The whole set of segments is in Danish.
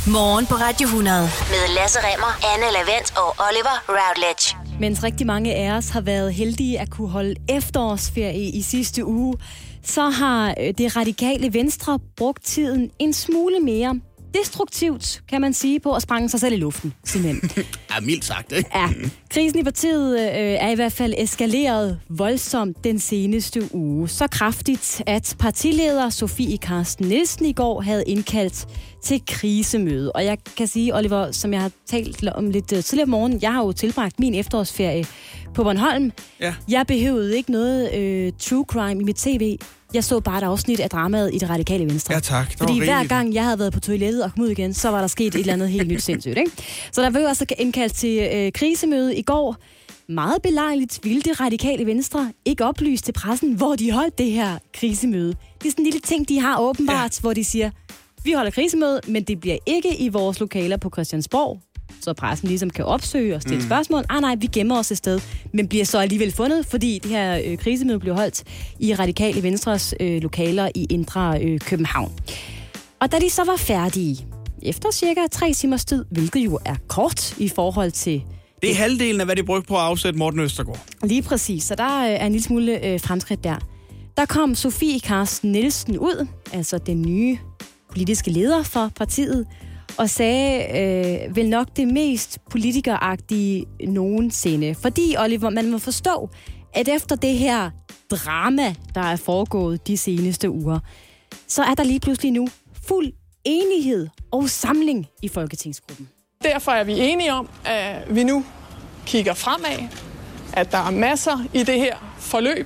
Morgen på Radio 100 med Lasse Remmer, Anne Lavent og Oliver Routledge. Mens rigtig mange af os har været heldige at kunne holde efterårsferie i sidste uge, så har det radikale Venstre brugt tiden en smule mere destruktivt, kan man sige, på at sprænge sig selv i luften, simpelthen. Ja, mildt sagt, ikke? Ja, krisen i partiet er i hvert fald eskaleret voldsomt den seneste uge. Så kraftigt, at partileder Sofie Carsten Nielsen i går havde indkaldt til krisemøde. Og jeg kan sige, Oliver, som jeg har talt om lidt tidligere om morgenen, jeg har jo tilbragt min efterårsferie på Bornholm. Ja. Jeg behøvede ikke noget true crime i mit tv. Jeg så bare et afsnit af dramaet i det radikale Venstre. Ja, tak. Fordi hver gang jeg havde været på toilettet og kom ud igen, så var der sket et eller andet helt nyt sindssygt, ikke? Så der var jo også indkaldt til krisemøde i går. Meget belejligt ville det radikale Venstre ikke oplyse til pressen, hvor de holdt det her krisemøde. Det er sådan en lille ting, de har åbenbart, hvor de siger, vi holder krisemøde, men det bliver ikke i vores lokaler på Christiansborg, så pressen ligesom kan opsøge og stille spørgsmål. Nej, vi gemmer os et sted, men bliver så alligevel fundet, fordi det her krisemøde blev holdt i radikale Venstres lokaler i indre København. Og da de så var færdige, efter cirka 3 timers tid, hvilket jo er kort i forhold til... Det er halvdelen af, hvad de brugte på at afsætte Morten Østergaard. Lige præcis, så der er en lille smule fremskridt der. Der kom Sofie Carsten Nielsen ud, altså den nye politiske leder for partiet, og sagde vel nok det mest politikeragtige nogensinde. Fordi, Oliver, man må forstå, at efter det her drama, der er foregået de seneste uger, så er der lige pludselig nu fuld enighed og samling i Folketingsgruppen. Derfor er vi enige om, at vi nu kigger fremad, at der er masser i det her forløb,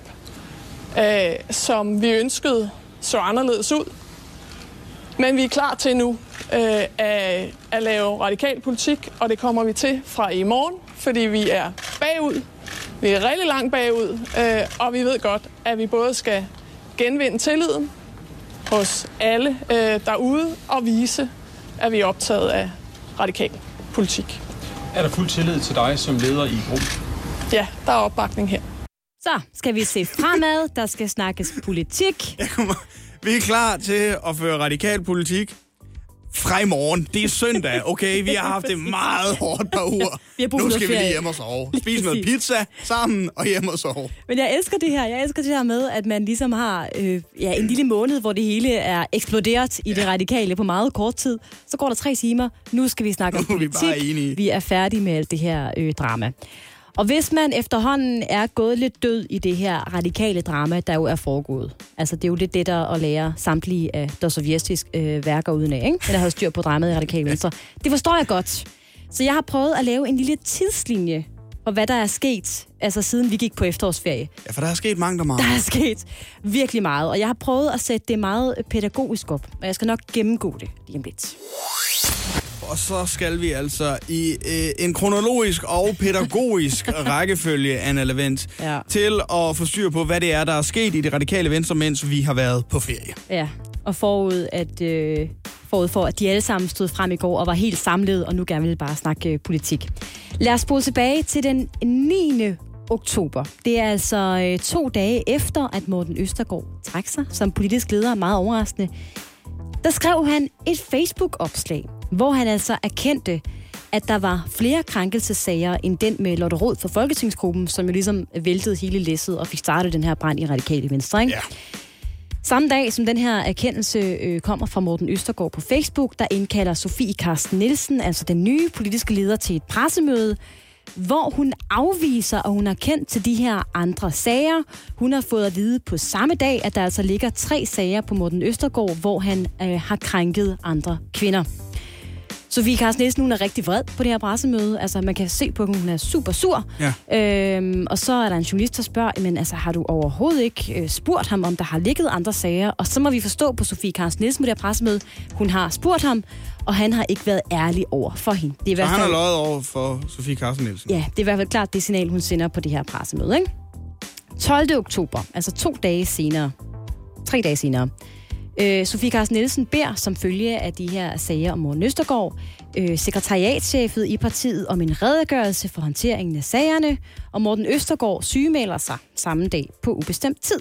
som vi ønskede så anderledes ud. Men vi er klar til nu at lave radikal politik, og det kommer vi til fra i morgen, fordi vi er bagud. Vi er rigtig langt bagud, og vi ved godt, at vi både skal genvinde tilliden hos alle derude og vise, at vi er optaget af radikal politik. Er der fuld tillid til dig som leder i gruppen? Ja, der er opbakning her. Så skal vi se fremad. Der skal snakkes politik. Vi er klar til at føre radikal politik fra i morgen. Det er søndag, okay? Vi har haft det meget hårdt par uger. Nu skal vi lige hjem og sove. Spise noget pizza sammen og hjem og sove. Men jeg elsker det her. Jeg elsker det her med, at man ligesom har en lille måned, hvor det hele er eksploderet i det radikale på meget kort tid. Så går der 3 timer. Nu skal vi snakke om politik. Vi er færdige med alt det her drama. Og hvis man efterhånden er gået lidt død i det her radikale drama, der jo er foregået. Altså det er jo lidt det, der at lære samtlige af Dostojevskijs værker udenaf, ikke? Den der har styr på dramaet i radikale Venstre. Det forstår jeg godt. Så jeg har prøvet at lave en lille tidslinje for, hvad der er sket, altså siden vi gik på efterårsferie. Ja, for der er sket mange, Der er sket virkelig meget, og jeg har prøvet at sætte det meget pædagogisk op, og jeg skal nok gennemgå det lige om lidt. Og så skal vi altså i en kronologisk og pædagogisk rækkefølge, Anne Lavent, til at få styr på, hvad det er, der er sket i det radikale Venstre, mens vi har været på ferie. Ja, og forud for, at de alle sammen stod frem i går og var helt samlet, og nu gerne vil bare snakke politik. Lad os spole tilbage til den 9. oktober. Det er altså 2 dage efter, at Morten Østergaard trak sig som politisk leder, meget overraskende. Der skrev han et Facebook-opslag, hvor han altså erkendte, at der var flere krænkelsesager end den med Lotte Rod for Folketingsgruppen, som jo ligesom væltede hele læsset og fik startet den her brand i radikale Venstre, ikke? Ja. Samme dag, som den her erkendelse kommer fra Morten Østergaard på Facebook, der indkalder Sofie Carsten Nielsen, altså den nye politiske leder, til et pressemøde, hvor hun afviser, og hun har kendt til de her andre sager. Hun har fået at vide på samme dag, at der altså ligger 3 sager på Morten Østergaard, hvor han har krænket andre kvinder. Sofie Carsten Nielsen, hun er rigtig vred på det her pressemøde. Altså, man kan se på, at hun er super sur. Ja. Og så er der en journalist, der spørger, men altså, har du overhovedet ikke spurgt ham, om der har ligget andre sager? Og så må vi forstå på Sofie Carsten Nielsen på det her pressemøde, hun har spurgt ham, og han har ikke været ærlig over for hende. Det er så han har løjet over for Sofie Carsten Nielsen? Ja, det er i hvert fald klart det signal, hun sender på det her pressemøde, ikke? 12. oktober, altså 3 dage senere, Sofie Carsten Nielsen beder som følge af de her sager om Morten Østergaard sekretariatschefet i partiet om en redegørelse for håndteringen af sagerne, og Morten Østergaard sygemelder sig samme dag på ubestemt tid.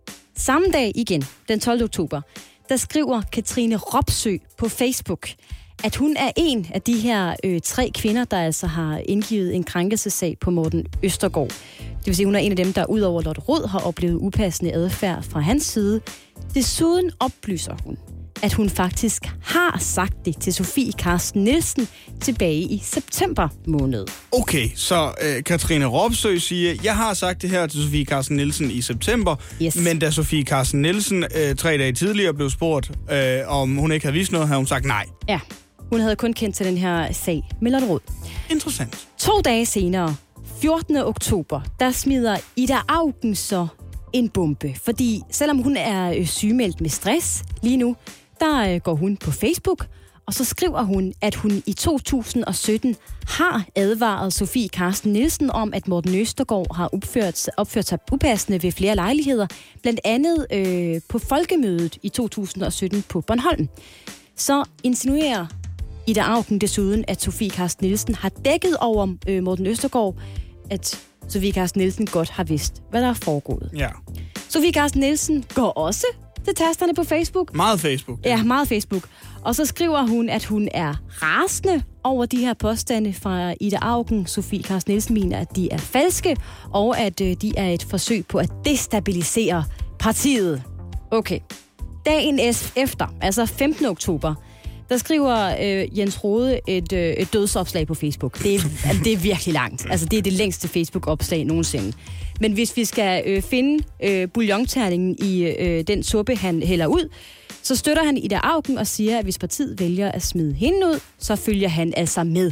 Samme dag igen, den 12. oktober, der skriver Katrine Robsøe på Facebook, at hun er en af de her 3 kvinder, der altså har indgivet en krænkelsessag på Morten Østergaard. Det vil sige, hun er en af dem, der udover Lotte Rod har oplevet upassende adfærd fra hans side. Desuden oplyser hun, at hun faktisk har sagt det til Sofie Carsten Nielsen tilbage i september måned. Okay, så Katrine Robsøe siger, jeg har sagt det her til Sofie Carsten Nielsen i september, men da Sofie Carsten Nielsen 3 dage tidligere blev spurgt, om hun ikke havde vist noget, havde hun sagt nej. Ja, hun havde kun kendt til den her sag med Lotte Rod. Interessant. 2 dage senere, 14. oktober, der smider Ida Auken så en bombe. Fordi selvom hun er sygemeldt med stress lige nu, der går hun på Facebook, og så skriver hun, at hun i 2017 har advaret Sofie Carsten Nielsen om, at Morten Østergaard har opført sig upassende ved flere lejligheder, blandt andet på folkemødet i 2017 på Bornholm. Så insinuerer Ida Auken desuden, at Sofie Carsten Nielsen har dækket over Morten Østergaard, at Sofie Carsten Nielsen godt har vidst, hvad der er foregået. Ja. Sofie Carsten Nielsen går også til tasterne på Facebook. Meget Facebook. Ja, meget Facebook. Og så skriver hun, at hun er rasende over de her påstande fra Ida Auken. Sofie Carsten Nielsen mener, at de er falske, og at de er et forsøg på at destabilisere partiet. Okay. Dagen efter, altså 15. oktober, der skriver Jens Rode et dødsopslag på Facebook. Det er virkelig langt. Altså, det er det længste Facebook-opslag nogensinde. Men hvis vi skal finde bouillonterningen i den suppe, han hælder ud, så støtter han Ida Auken og siger, at hvis partiet vælger at smide hende ud, så følger han altså med.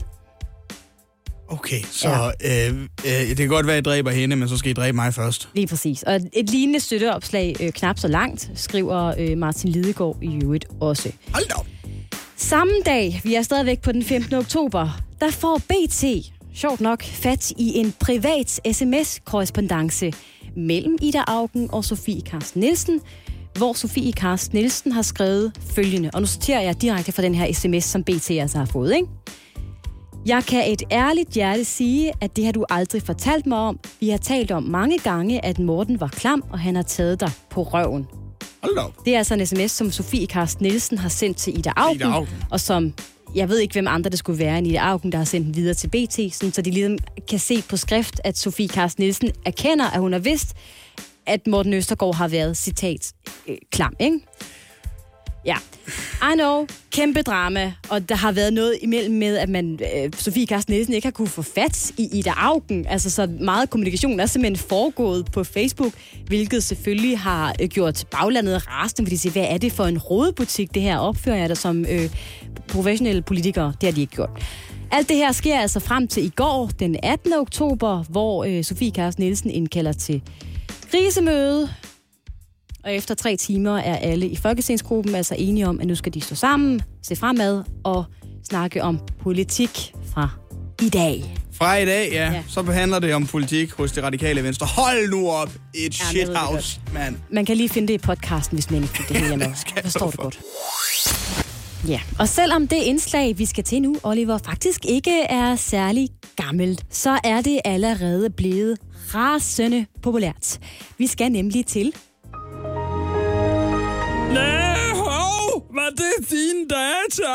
Okay, så det kan godt være, at I dræber hende, men så skal I dræbe mig først. Lige præcis. Og et lignende støtteopslag, knap så langt, skriver Martin Lidegaard i øvrigt også. Hold da op. Samme dag, vi er stadigvæk på den 15. oktober, der får BT, sjovt nok, fat i en privat sms-korrespondance mellem Ida Auken og Sofie Carsten Nielsen, hvor Sofie Carsten Nielsen har skrevet følgende, og nu citerer jeg direkte fra den her sms, som BT altså har fået, ikke? Jeg kan et ærligt hjerte sige, at det har du aldrig fortalt mig om. Vi har talt om mange gange, at Morten var klam, og han har taget dig på røven. Hold da op. Det er altså en sms, som Sofie Carsten Nielsen har sendt til Ida Auken, og som, jeg ved ikke, hvem andre det skulle være end Ida Auken, der har sendt den videre til BT, sådan, så de ligesom kan se på skrift, at Sofie Carsten Nielsen erkender, at hun har vidst, at Morten Østergaard har været, citat, klam, ikke? Ja, I know, kæmpe drama, og der har været noget imellem med, at man, Sofie Carsten Nielsen ikke har kunne få fat i Ida Auken. Altså, så meget kommunikation er simpelthen foregået på Facebook, hvilket selvfølgelig har gjort baglandet rasende, fordi de siger, hvad er det for en rodebutik, det her opfører jeg der som professionelle politikere? Det har de ikke gjort. Alt det her sker altså frem til i går, den 18. oktober, hvor Sofie Carsten Nielsen indkalder til krisemøde. Og efter 3 timer er alle i Folketingsgruppen altså enige om, at nu skal de stå sammen, se fremad og snakke om politik fra i dag. Fra i dag, ja. Så behandler det om politik hos det radikale venstre. Hold nu op! Et shithouse, mand. Man kan lige finde det i podcasten, hvis man ikke får det hele med. Forstår det godt. Ja, og selvom det indslag, vi skal til nu, Oliver, faktisk ikke er særlig gammelt, så er det allerede blevet rasende populært. Vi skal nemlig til... Var det dine data?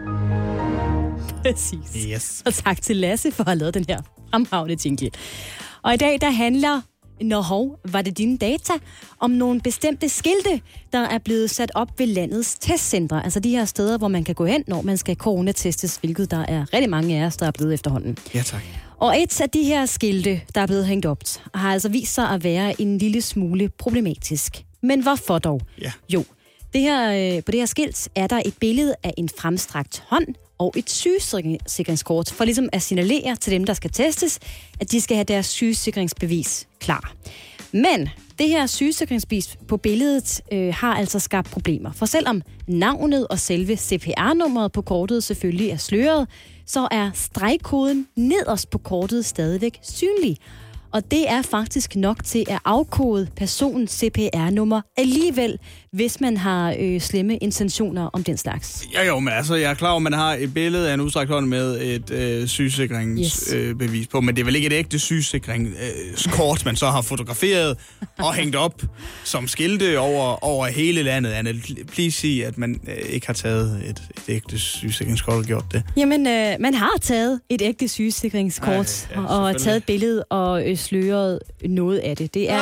Præcis. Yes. Og tak til Lasse for at have lavet den her fremragende jingle. Og i dag, der handler, var det dine data, om nogle bestemte skilte, der er blevet sat op ved landets testcentre. Altså de her steder, hvor man kan gå hen, når man skal coronatestes, hvilket der er rigtig mange af os, der er blevet efterhånden. Ja, tak. Og et af de her skilte, der er blevet hængt op, har altså vist sig at være en lille smule problematisk. Men hvorfor dog? Ja. Jo, på det her skilt er der et billede af en fremstrakt hånd og et sygesikringskort, for ligesom at signalere til dem, der skal testes, at de skal have deres sygesikringsbevis klar. Men det her sygesikringsbevis på billedet har altså skabt problemer. For selvom navnet og selve CPR-nummeret på kortet selvfølgelig er sløret, så er stregkoden nederst på kortet stadigvæk synlig. Og det er faktisk nok til at afkode personens CPR-nummer alligevel, hvis man har slemme intentioner om den slags. Jo, men altså, jeg er klar over, at man har et billede af en udstrakt hånd med et sygesikringsbevis på, men det er vel ikke et ægte sygesikringskort, man så har fotograferet og hængt op som skilte over hele landet. Anna, please sige, at man ikke har taget et ægte sygesikringskort og gjort det. Jamen, man har taget et ægte sygesikringskort og taget et billede og sløret noget af det. Det er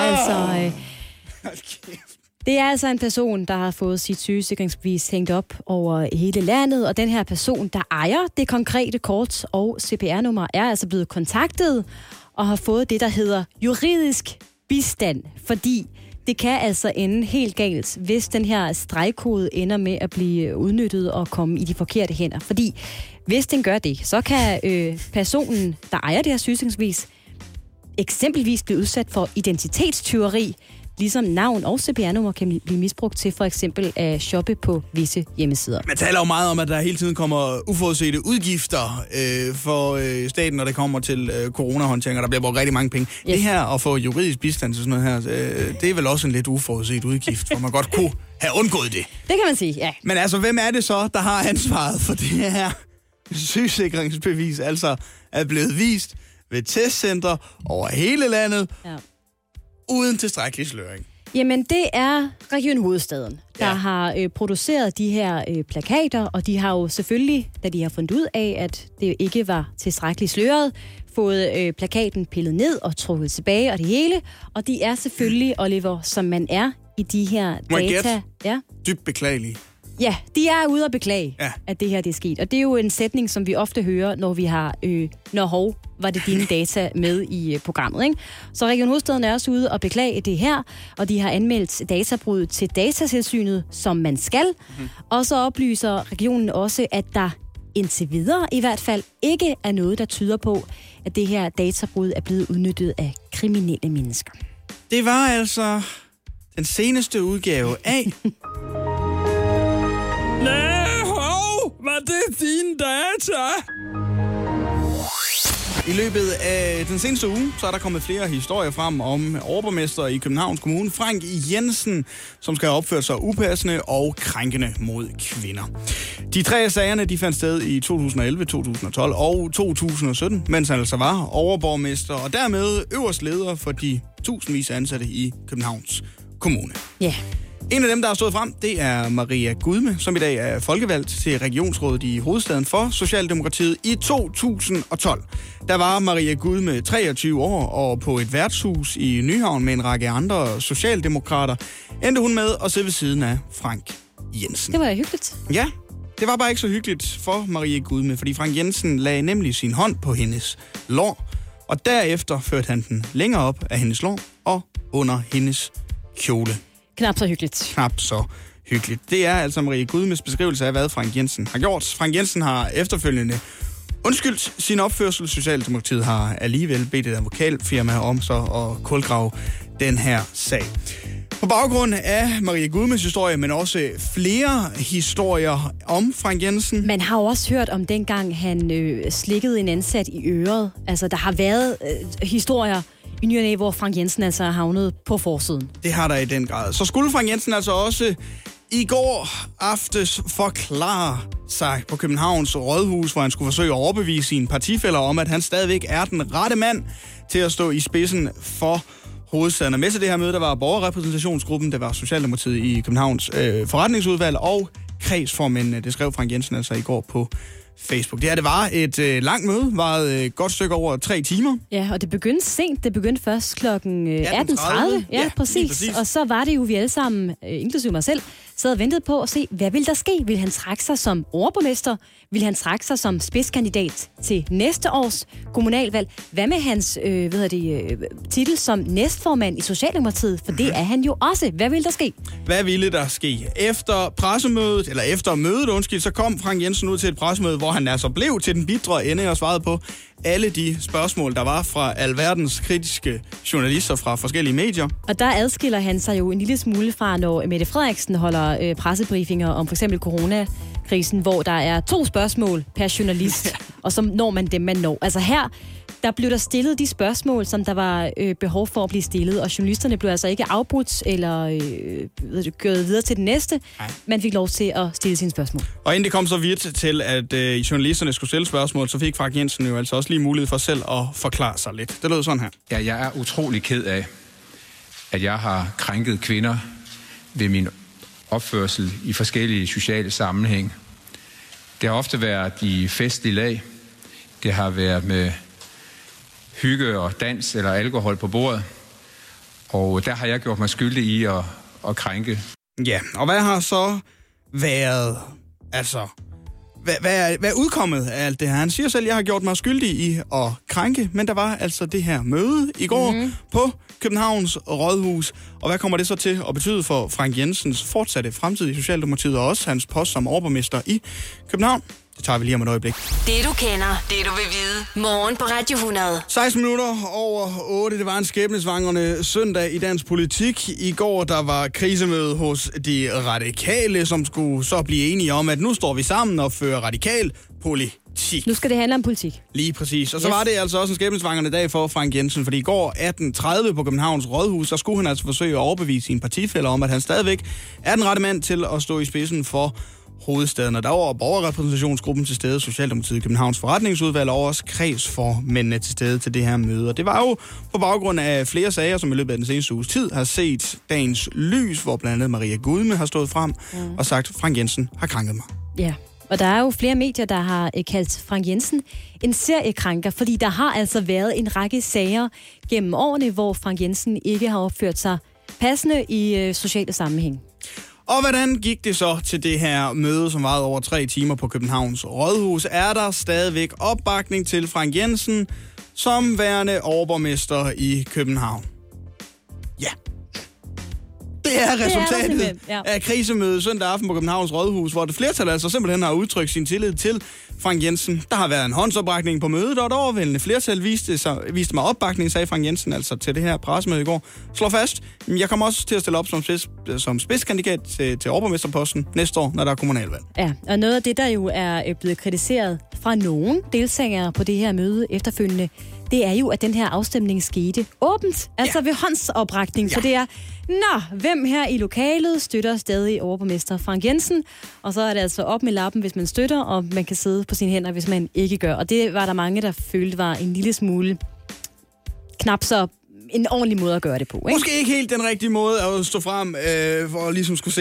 altså en person, der har fået sit sygesikringsbevis hængt op over hele landet, og den her person, der ejer det konkrete kort og CPR-nummer, er altså blevet kontaktet og har fået det, der hedder juridisk bistand, fordi det kan altså ende helt galt, hvis den her stregkode ender med at blive udnyttet og komme i de forkerte hænder. Fordi hvis den gør det, så kan personen, der ejer det her sygesikringsbevis, eksempelvis blive udsat for identitetstyveri, ligesom navn og CPR-nummer kan blive misbrugt til for eksempel at shoppe på visse hjemmesider. Man taler jo meget om, at der hele tiden kommer uforudsete udgifter for staten, når det kommer til coronahåndtering, og der bliver brugt rigtig mange penge. Yes. Det her at få juridisk bistand til sådan noget her, det er vel også en lidt uforudset udgift, hvor man godt kunne have undgået det. Det kan man sige, ja. Men altså, hvem er det så, der har ansvaret for det her sygesikringsbevis, altså er blevet vist ved testcenter over hele landet, uden tilstrækkelig sløring? Jamen, det er Region Hovedstaden, der har produceret de her plakater, og de har jo selvfølgelig, da de har fundet ud af, at det ikke var tilstrækkeligt sløret, fået plakaten pillet ned og trukket tilbage og det hele. Og de er selvfølgelig, Oliver, som man er i de her data. Ja. Dybt beklagelige. Ja, de er ude at beklage, at det her det er sket. Og det er jo en sætning, som vi ofte hører, når vi har var det dine data med i programmet, ikke? Så Region Hovedstaden er også ude og beklage det her, og de har anmeldt databrud til Datatilsynet, som man skal. Og så oplyser regionen også, at der indtil videre i hvert fald ikke er noget, der tyder på, at det her databrud er blevet udnyttet af kriminelle mennesker. Det var altså den seneste udgave af... Var det dine data? I løbet af den seneste uge, så er der kommet flere historier frem om overborgmester i Københavns Kommune, Frank Jensen, som skal have opført sig upassende og krænkende mod kvinder. De tre af sagerne, de fandt sted i 2011, 2012 og 2017, mens han altså var overborgmester og dermed øverst leder for de tusindvis af ansatte i Københavns Kommune. Ja. En af dem, der har stået frem, det er Maria Gudme, som i dag er folkevalgt til regionsrådet i hovedstaden for Socialdemokratiet i 2012. Der var Maria Gudme 23 år, og på et værtshus i Nyhavn med en række andre socialdemokrater endte hun med at sidde ved siden af Frank Jensen. Det var hyggeligt. Ja, det var bare ikke så hyggeligt for Maria Gudme, fordi Frank Jensen lagde nemlig sin hånd på hendes lår, og derefter førte han den længere op af hendes lår og under hendes kjole. Knap så hyggeligt. Knap så hyggeligt. Det er altså Maria Gudmes beskrivelse af, hvad Frank Jensen har gjort. Frank Jensen har efterfølgende undskyldt sin opførsel. Socialdemokratiet har alligevel bedt et advokatfirma om så at kulgrave den her sag. På baggrund af Maria Gudmes historie, men også flere historier om Frank Jensen. Man har jo også hørt om dengang, han slikkede en ansat i øret. Altså, der har været historier i ny og næ, hvor Frank Jensen altså har havnet på forsiden. Det har der i den grad. Så skulle Frank Jensen altså også i går aftes forklare sig på Københavns Rådhus, hvor han skulle forsøge at overbevise sine partifæller om, at han stadigvæk er den rette mand til at stå i spidsen for hovedstaden. Og med til det her møde, der var borgerrepræsentationsgruppen, der var Socialdemokratiet i Københavns forretningsudvalg og kredsformændene. Det skrev Frank Jensen altså i går på Facebook. Det var et langt møde, var et godt stykke over 3 timer. Ja, og det begyndte sent. Det begyndte først klokken 18.30. Ja, præcis. Og så var det jo, vi alle sammen, inklusive mig selv, sad og ventede på at se, hvad ville der ske? Vil han trække sig som overborgmester? Vil han trække sig som spidskandidat til næste års kommunalvalg? Hvad med hans titel som næstformand i Socialdemokratiet? For det er han jo også. Hvad ville der ske? Hvad ville der ske? Efter mødet, så kom Frank Jensen ud til et pressemøde, hvor han altså blev til den bitre ende og svarede på alle de spørgsmål, der var fra alverdens kritiske journalister fra forskellige medier. Og der adskiller han sig jo en lille smule fra, når Mette Frederiksen holder pressebriefinger om for eksempel coronakrisen, hvor der er 2 spørgsmål per journalist, og så når man dem, man når. Altså her, der blev der stillet de spørgsmål, som der var behov for at blive stillet, og journalisterne blev altså ikke afbrudt eller gået videre til den næste. Nej. Man fik lov til at stille sine spørgsmål. Og inden det kom så vidt til, at journalisterne skulle stille spørgsmål, så fik Frank Jensen jo altså også lige mulighed for selv at forklare sig lidt. Det lød sådan her. Ja, jeg er utrolig ked af, at jeg har krænket kvinder ved min opførsel i forskellige sociale sammenhæng. Det har ofte været i festlige lag. Det har været med hygge og dans eller alkohol på bordet. Og der har jeg gjort mig skyldig i at krænke. Ja, og hvad har så været, altså, hvad er udkommet af alt det her? Han siger selv, at jeg har gjort mig skyldig i at krænke, men der var altså det her møde i går på Københavns Rådhus. Og hvad kommer det så til at betyde for Frank Jensens fortsatte fremtid i Socialdemokratiet og også hans post som overborgmester i København? Det tager vi lige om et øjeblik. Det du kender, det du vil vide. Morgen på Radio 100. 16 minutter over 8. Det var en skæbnesvangerne søndag i dansk politik. I går der var krisemøde hos de radikale, som skulle så blive enige om, at nu står vi sammen og fører radikal politik. Nu skal det handle om politik. Lige præcis. Og så var det altså også en skæbnesvangerne dag for Frank Jensen, fordi i går 18.30 på Københavns Rådhus, der skulle han altså forsøge at overbevise sine partifæller om, at han stadigvæk er den rette mand til at stå i spidsen for hovedstaden. Og der var borgerrepræsentationsgruppen til stede, Socialdemokratiet i Københavns forretningsudvalg og også kredsformændene til stede til det her møde. Og det var jo på baggrund af flere sager, som i løbet af den seneste uges tid har set dagens lys, hvor blandt andet Maria Gudme har stået frem og sagt, at Frank Jensen har krænket mig. Ja, og der er jo flere medier, der har kaldt Frank Jensen en seriekrænker, fordi der har altså været en række sager gennem årene, hvor Frank Jensen ikke har opført sig passende i sociale sammenhæng. Og hvordan gik det så til det her møde, som varede over 3 timer på Københavns Rådhus? Er der stadigvæk opbakning til Frank Jensen som værende overborgmester i København? Ja. Det er resultatet af krisemødet søndag aften på Københavns Rådhus, hvor det flertal altså simpelthen har udtrykt sin tillid til Frank Jensen. Der har været en håndsoprækning på mødet, og et overvældende flertal viste mig opbakning, sagde Frank Jensen altså til det her pressemøde i går. Slår fast, jeg kommer også til at stille op som spidskandidat til overborgmesterposten næste år, når der er kommunalvalg. Ja, og noget af det, der jo er blevet kritiseret fra nogen deltagere på det her møde efterfølgende, det er jo, at den her afstemning skete åbent, altså ved håndsoprækning. Så det er, hvem her i lokalet støtter stadig overborgmester Frank Jensen? Og så er det altså op med lappen, hvis man støtter, og man kan sidde på sine hænder, hvis man ikke gør. Og det var der mange, der følte var en lille smule knap så en ordentlig måde at gøre det på, ikke? Måske ikke helt den rigtige måde at stå frem for at ligesom skulle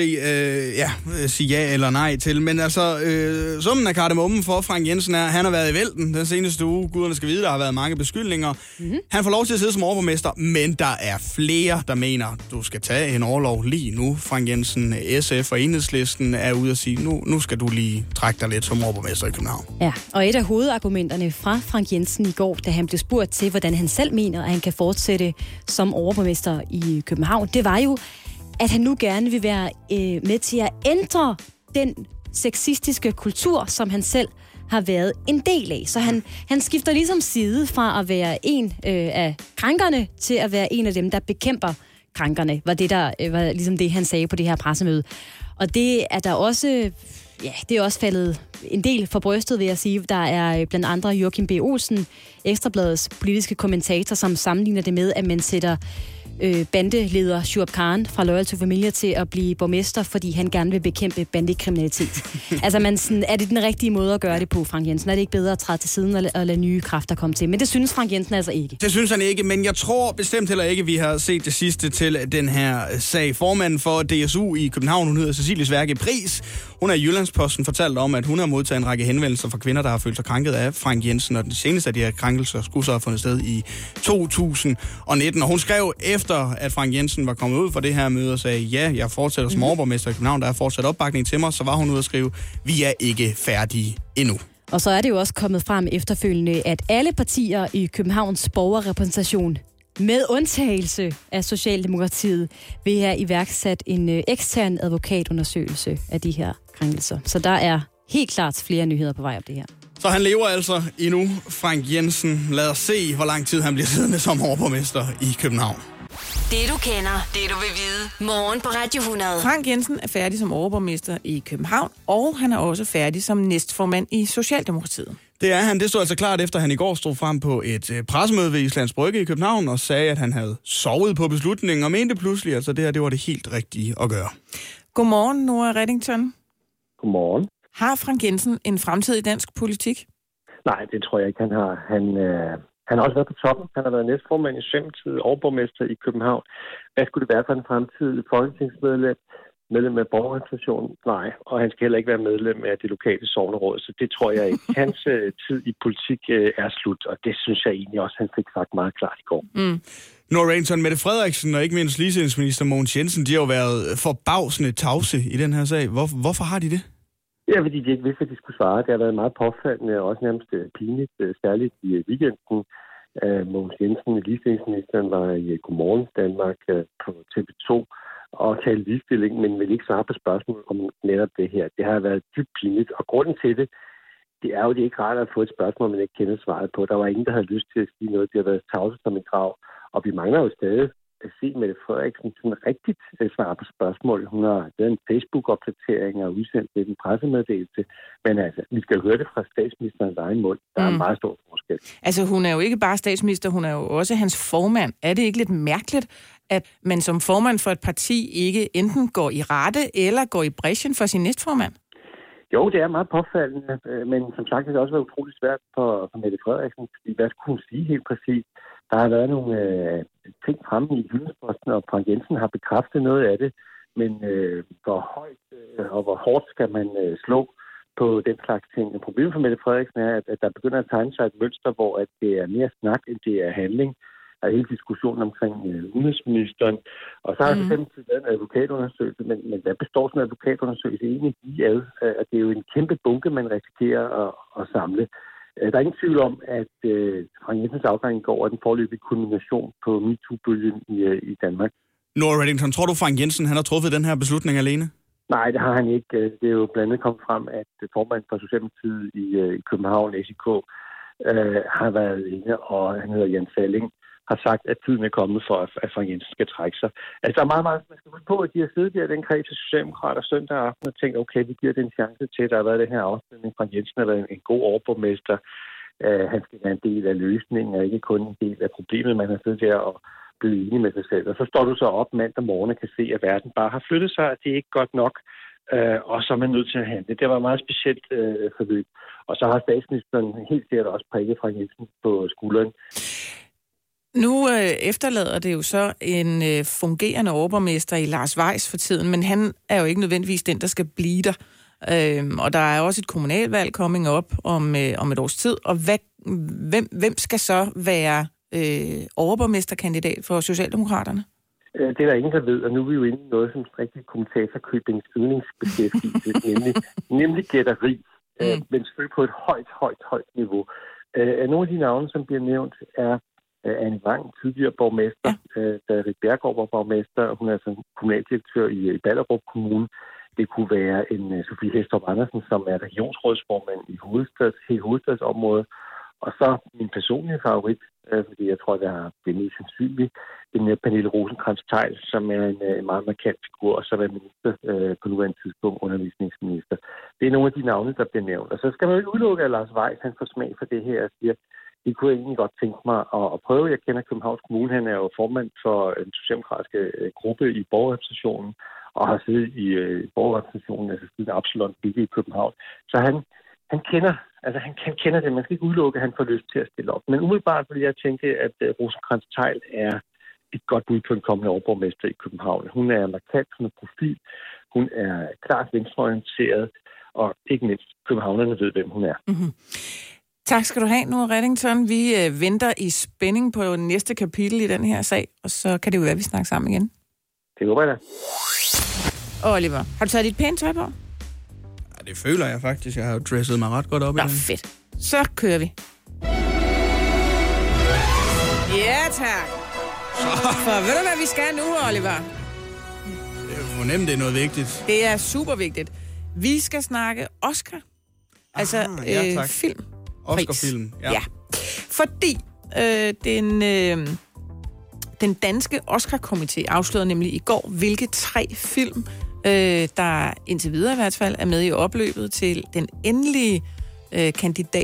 sige ja eller nej til. Men altså, summen af kardemommen for Frank Jensen er, han har været i vælten den seneste uge. Guderne skal vide, der har været mange beskyldninger. Han får lov til at sidde som overborgmester, men der er flere, der mener, du skal tage en orlov lige nu. Frank Jensen, SF og Enhedslisten er ude at sige, nu skal du lige trække dig lidt som overborgmester i København. Ja, og et af hovedargumenterne fra Frank Jensen i går, da han blev spurgt til, hvordan han selv mener, at han kan fortsætte som overborgmester i København, det var jo, at han nu gerne vil være med til at ændre den sexistiske kultur, som han selv har været en del af. Så han skifter ligesom side fra at være en af krænkerne til at være en af dem, der bekæmper krænkerne, var ligesom det, han sagde på det her pressemøde. Og det er der også, det er også faldet en del for brystet, vil jeg sige. Der er blandt andre Joachim B. Olsen, Ekstrabladets politiske kommentator, som sammenligner det med, at man sætter bandeleder Shuaib Khan fra Loyal to Familia til at blive borgmester, fordi han gerne vil bekæmpe bandekriminalitet. Altså, er det den rigtige måde at gøre det på, Frank Jensen? Er det ikke bedre at træde til siden og lade nye kræfter komme til? Men det synes Frank Jensen altså ikke. Det synes han ikke, men jeg tror bestemt heller ikke, vi har set det sidste til den her sag. Formanden for DSU i København, hun hedder Cecilie Sværke Pris. Hun er i Jyllandsposten fortalt om, at hun har modtaget en række henvendelser fra kvinder, der har følt sig krænket af Frank Jensen, og den seneste af de her krænkelser skulle så have fundet sted i 2019. Og hun skrev efter, at Frank Jensen var kommet ud fra det her møde og sagde, ja, jeg fortsætter som overborgmester i København, der er fortsat opbakning til mig, så var hun ude at skrive, vi er ikke færdige endnu. Og så er det jo også kommet frem efterfølgende, at alle partier i Københavns borgerrepræsentation, med undtagelse af Socialdemokratiet, vil have iværksat en ekstern advokatundersøgelse af de her krænkelser. Så der er helt klart flere nyheder på vej op det her. Så han lever altså endnu, Frank Jensen. Lad os se, hvor lang tid han bliver siddende som overborgmester i København. Det du kender, det du vil vide. Morgen på Radio 100. Frank Jensen er færdig som overborgmester i København, og han er også færdig som næstformand i Socialdemokratiet. Det er han. Det stod altså klart efter, han i går stod frem på et pressemøde ved Islands Brygge i København og sagde, at han havde sovet på beslutningen og mente pludselig, altså det her, det var det helt rigtige at gøre. Godmorgen, Nora Reddington. Godmorgen. Har Frank Jensen en fremtid i dansk politik? Nej, det tror jeg ikke, han har. Han har også været på toppen. Han har været næstformand i Socialdemokratiet, overborgmester i København. Hvad skulle det være for en fremtid folketingsmedlem? Medlem af borgerrepræsentationen? Nej, og han skal heller ikke være medlem af det lokale sogneråd, så det tror jeg ikke. Hans tid i politik er slut, og det synes jeg egentlig også, han fik sagt meget klart i går. Nora Reddington, Mette Frederiksen og ikke mindst ligestillingsminister Mogens Jensen, de har jo været forbavsende tavse i den her sag. Hvorfor har de det? Ja, fordi de ikke vidste, at de skulle svare. Det har været meget påfaldende og også nærmest pinligt, særligt i weekenden. Mogens Jensen, ligestillingsministeren, var i Godmorgen Danmark på TV2 og talte ligestilling, men ville ikke svare på spørgsmål om netop det her. Det har været dybt pinligt, og grunden til det er jo, det er ikke rart at få et spørgsmål, man ikke kender svaret på. Der var ingen, der havde lyst til at sige noget. Det har været tavse som en grav, og vi mangler jo stadig at se Mette Frederiksen sådan rigtigt svare på spørgsmål. Hun har lavet en Facebook-opdatering og udsendt lidt en pressemeddelelse. Men altså, vi skal høre det fra statsministerens egen mund. Der er en meget stor forskel. Altså, hun er jo ikke bare statsminister, hun er jo også hans formand. Er det ikke lidt mærkeligt, at man som formand for et parti ikke enten går i rette eller går i brechen for sin næstformand? Jo, det er meget påfaldende, men som sagt, det har også været utroligt svært for Mette Frederiksen. Hvad skulle hun sige helt præcis? Der har været nogle ting fremme i Jyllandsposten, og Frank Jensen har bekræftet noget af det, men hvor højt og hvor hårdt skal man slå på den slags ting. Problemet for Mette Frederiksen er, at der begynder at tegne sig et mønster, hvor at det er mere snak, end det er handling. Der er hele diskussionen omkring udenrigsministeren. Og så har der simpelthen været en advokatundersøgelse, men hvad består sådan en advokatundersøgelse egentlig i ad? At det er jo en kæmpe bunke, man risikerer at samle. Der er ingen tvivl om, at Frank Jensens afgang i går er den foreløbige kulmination på MeToo-bølgen i Danmark. Nora Reddington, tror du, Frank Jensen han har truffet den her beslutning alene? Nej, det har han ikke. Det er jo blandt andet kommet frem, at formanden for Socialdemokratiet i København, SIK, har været inde, og han hedder Jan Salling, har sagt, at tiden er kommet for, at Frank Jensen skal trække sig. Altså, der er meget, man skal huske på, at de har siddet der i den kreds af socialdemokrater søndag aften og tænkt, okay, vi giver det en chance til, der har været den her afstemning. Frank Jensen har været en god overborgmester. Han skal være en del af løsningen, og ikke kun en del af problemet. Man har siddet der og blevet enig med sig selv. Og så står du så op mandag morgen og kan se, at verden bare har flyttet sig, at det er ikke godt nok. Og så er man nødt til at handle. Det var et meget specielt forløb. Og så har statsministeren helt sikkert også prikket Frank Jensen på skulderen. Nu efterlader det jo så en fungerende overborgmester i Lars Weiss for tiden, men han er jo ikke nødvendigvis den, der skal blive der. Og der er også et kommunalvalg coming up om et års tid. Og hvem skal så være overborgmesterkandidat for Socialdemokraterne? Det er der ingen, der ved, og nu er vi jo inde i noget som rigtig kommentatorkøbings yndlingsbeskæftigelse, nemlig gætteri, men selvfølgelig på et højt niveau. Nogle af de navne, som bliver nævnt, er Anne Vang, tidligere borgmester, da Rik Bjergård var borgmester, og hun er altså kommunaldirektør i Ballerup Kommune. Det kunne være en Sofie Hæstrup Andersen, som er regionsrådsformand i hovedstadsområdet. Og så min personlige favorit, fordi jeg tror, det har det mest sandsynligt, en Pernille Rosenkrantz-Theil, som er en meget markant figur, og som er minister på nuværende tidspunkt, undervisningsminister. Det er nogle af de navne, der bliver nævnt. Og så skal man jo ikke udelukke, at Lars Weiss, han får smag for det her og siger, det kunne jeg egentlig godt tænke mig at prøve. Jeg kender Københavns Kommune. Han er jo formand for en socialdemokratiske gruppe i borgerrepræsentationen og har siddet i borgerrepræsentationen, altså siden Absalon bygge i København. Så han kender det. Man skal ikke udelukke, at han får lyst til at stille op. Men umiddelbart vil jeg tænke, at Rosenkrantz-Theil er et godt bud på en kommende overborgmester i København. Hun er markant, hun er profil, hun er klart venstreorienteret, og ikke mindst københavnerne ved, hvem hun er. Mm-hmm. Tak skal du have, Nora Reddington. Vi venter i spænding på næste kapitel i den her sag, og så kan det jo være, at vi snakker sammen igen. Det håber jeg da. Oliver, har du taget dit pæne tøj på? Ja, det føler jeg faktisk. Jeg har jo dresset mig ret godt op i den. Fedt. Så kører vi. Ja, tak. For ved du, hvad vi skal nu, Oliver? Det er fornemt, det er noget vigtigt. Det er super vigtigt. Vi skal snakke Oscar. Altså film. Oscar-film, ja. Fordi den danske Oscar-komité afslørede nemlig i går, hvilke 3 film, der indtil videre i hvert fald er med i opløbet til den endelige kandidat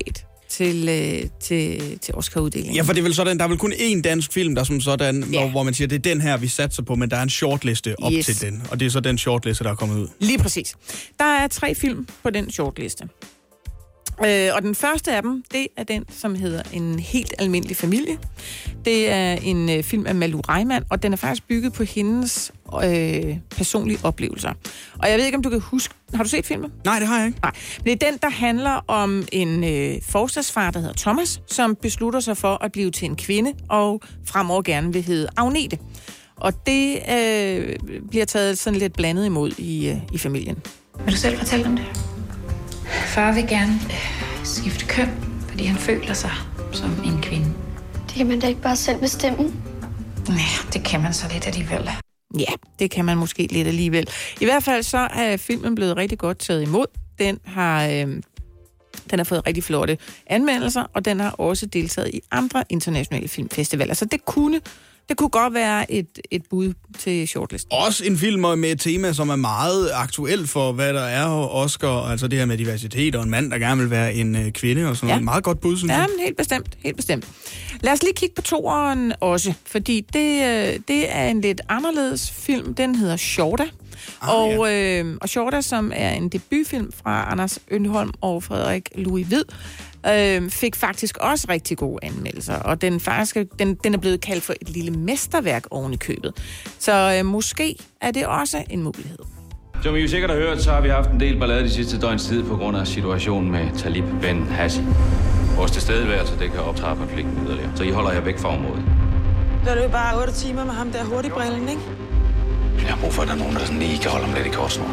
til Oscar-uddelingen. Ja, for det er vel sådan, der er vel kun én dansk film, der som sådan, hvor man siger, det er den her, vi satser på, men der er en shortliste op til den. Og det er så den shortliste, der er kommet ud. Lige præcis. Der er 3 film på den shortliste. Og den første af dem, det er den, som hedder En helt almindelig familie. Det er en film af Malou Reimann, og den er faktisk bygget på hendes personlige oplevelser. Og jeg ved ikke, om du kan huske... Har du set filmen? Nej, det har jeg ikke. Nej, men det er den, der handler om en forstadsfar, der hedder Thomas, som beslutter sig for at blive til en kvinde, og fremover gerne vil hedde Agnete. Og det bliver taget sådan lidt blandet imod i familien. Vil du selv fortælle om det? Far vil gerne skifte køn, fordi han føler sig som en kvinde. Det kan man da ikke bare selv bestemme. Ja, det kan man så lidt alligevel. Ja, det kan man måske lidt alligevel. I hvert fald så er filmen blevet rigtig godt taget imod. Den har fået rigtig flotte anmeldelser, og den har også deltaget i andre internationale filmfestivaler. Så det kunne godt være et bud til shortlisten. Også en film med et tema, som er meget aktuelt for, hvad der er Oscar. Altså det her med diversitet og en mand, der gerne vil være en kvinde og sådan noget. Meget godt bud, synes jeg. Ja, men helt bestemt. Lad os lige kigge på toeren også, fordi det er en lidt anderledes film. Den hedder Shorta. Og Shorta, som er en debutfilm fra Anders Øndholm og Frederik Louis Hvid, fik faktisk også rigtig gode anmeldelser, og den er blevet kaldt for et lille mesterværk oven i købet. Så måske er det også en mulighed. Som I jo sikkert har hørt, så har vi haft en del ballade de sidste døgns tid på grund af situationen med Talib Ben Hassi. Vores tilstedeværelse, det kan optrappe konflikten yderligere, så I holder jer væk fra området. Så er det jo bare 8 timer med ham der hurtigbrillen, ikke? Jeg har brug for, at der er nogen, der sådan lige kan holde ham lidt i korsnår.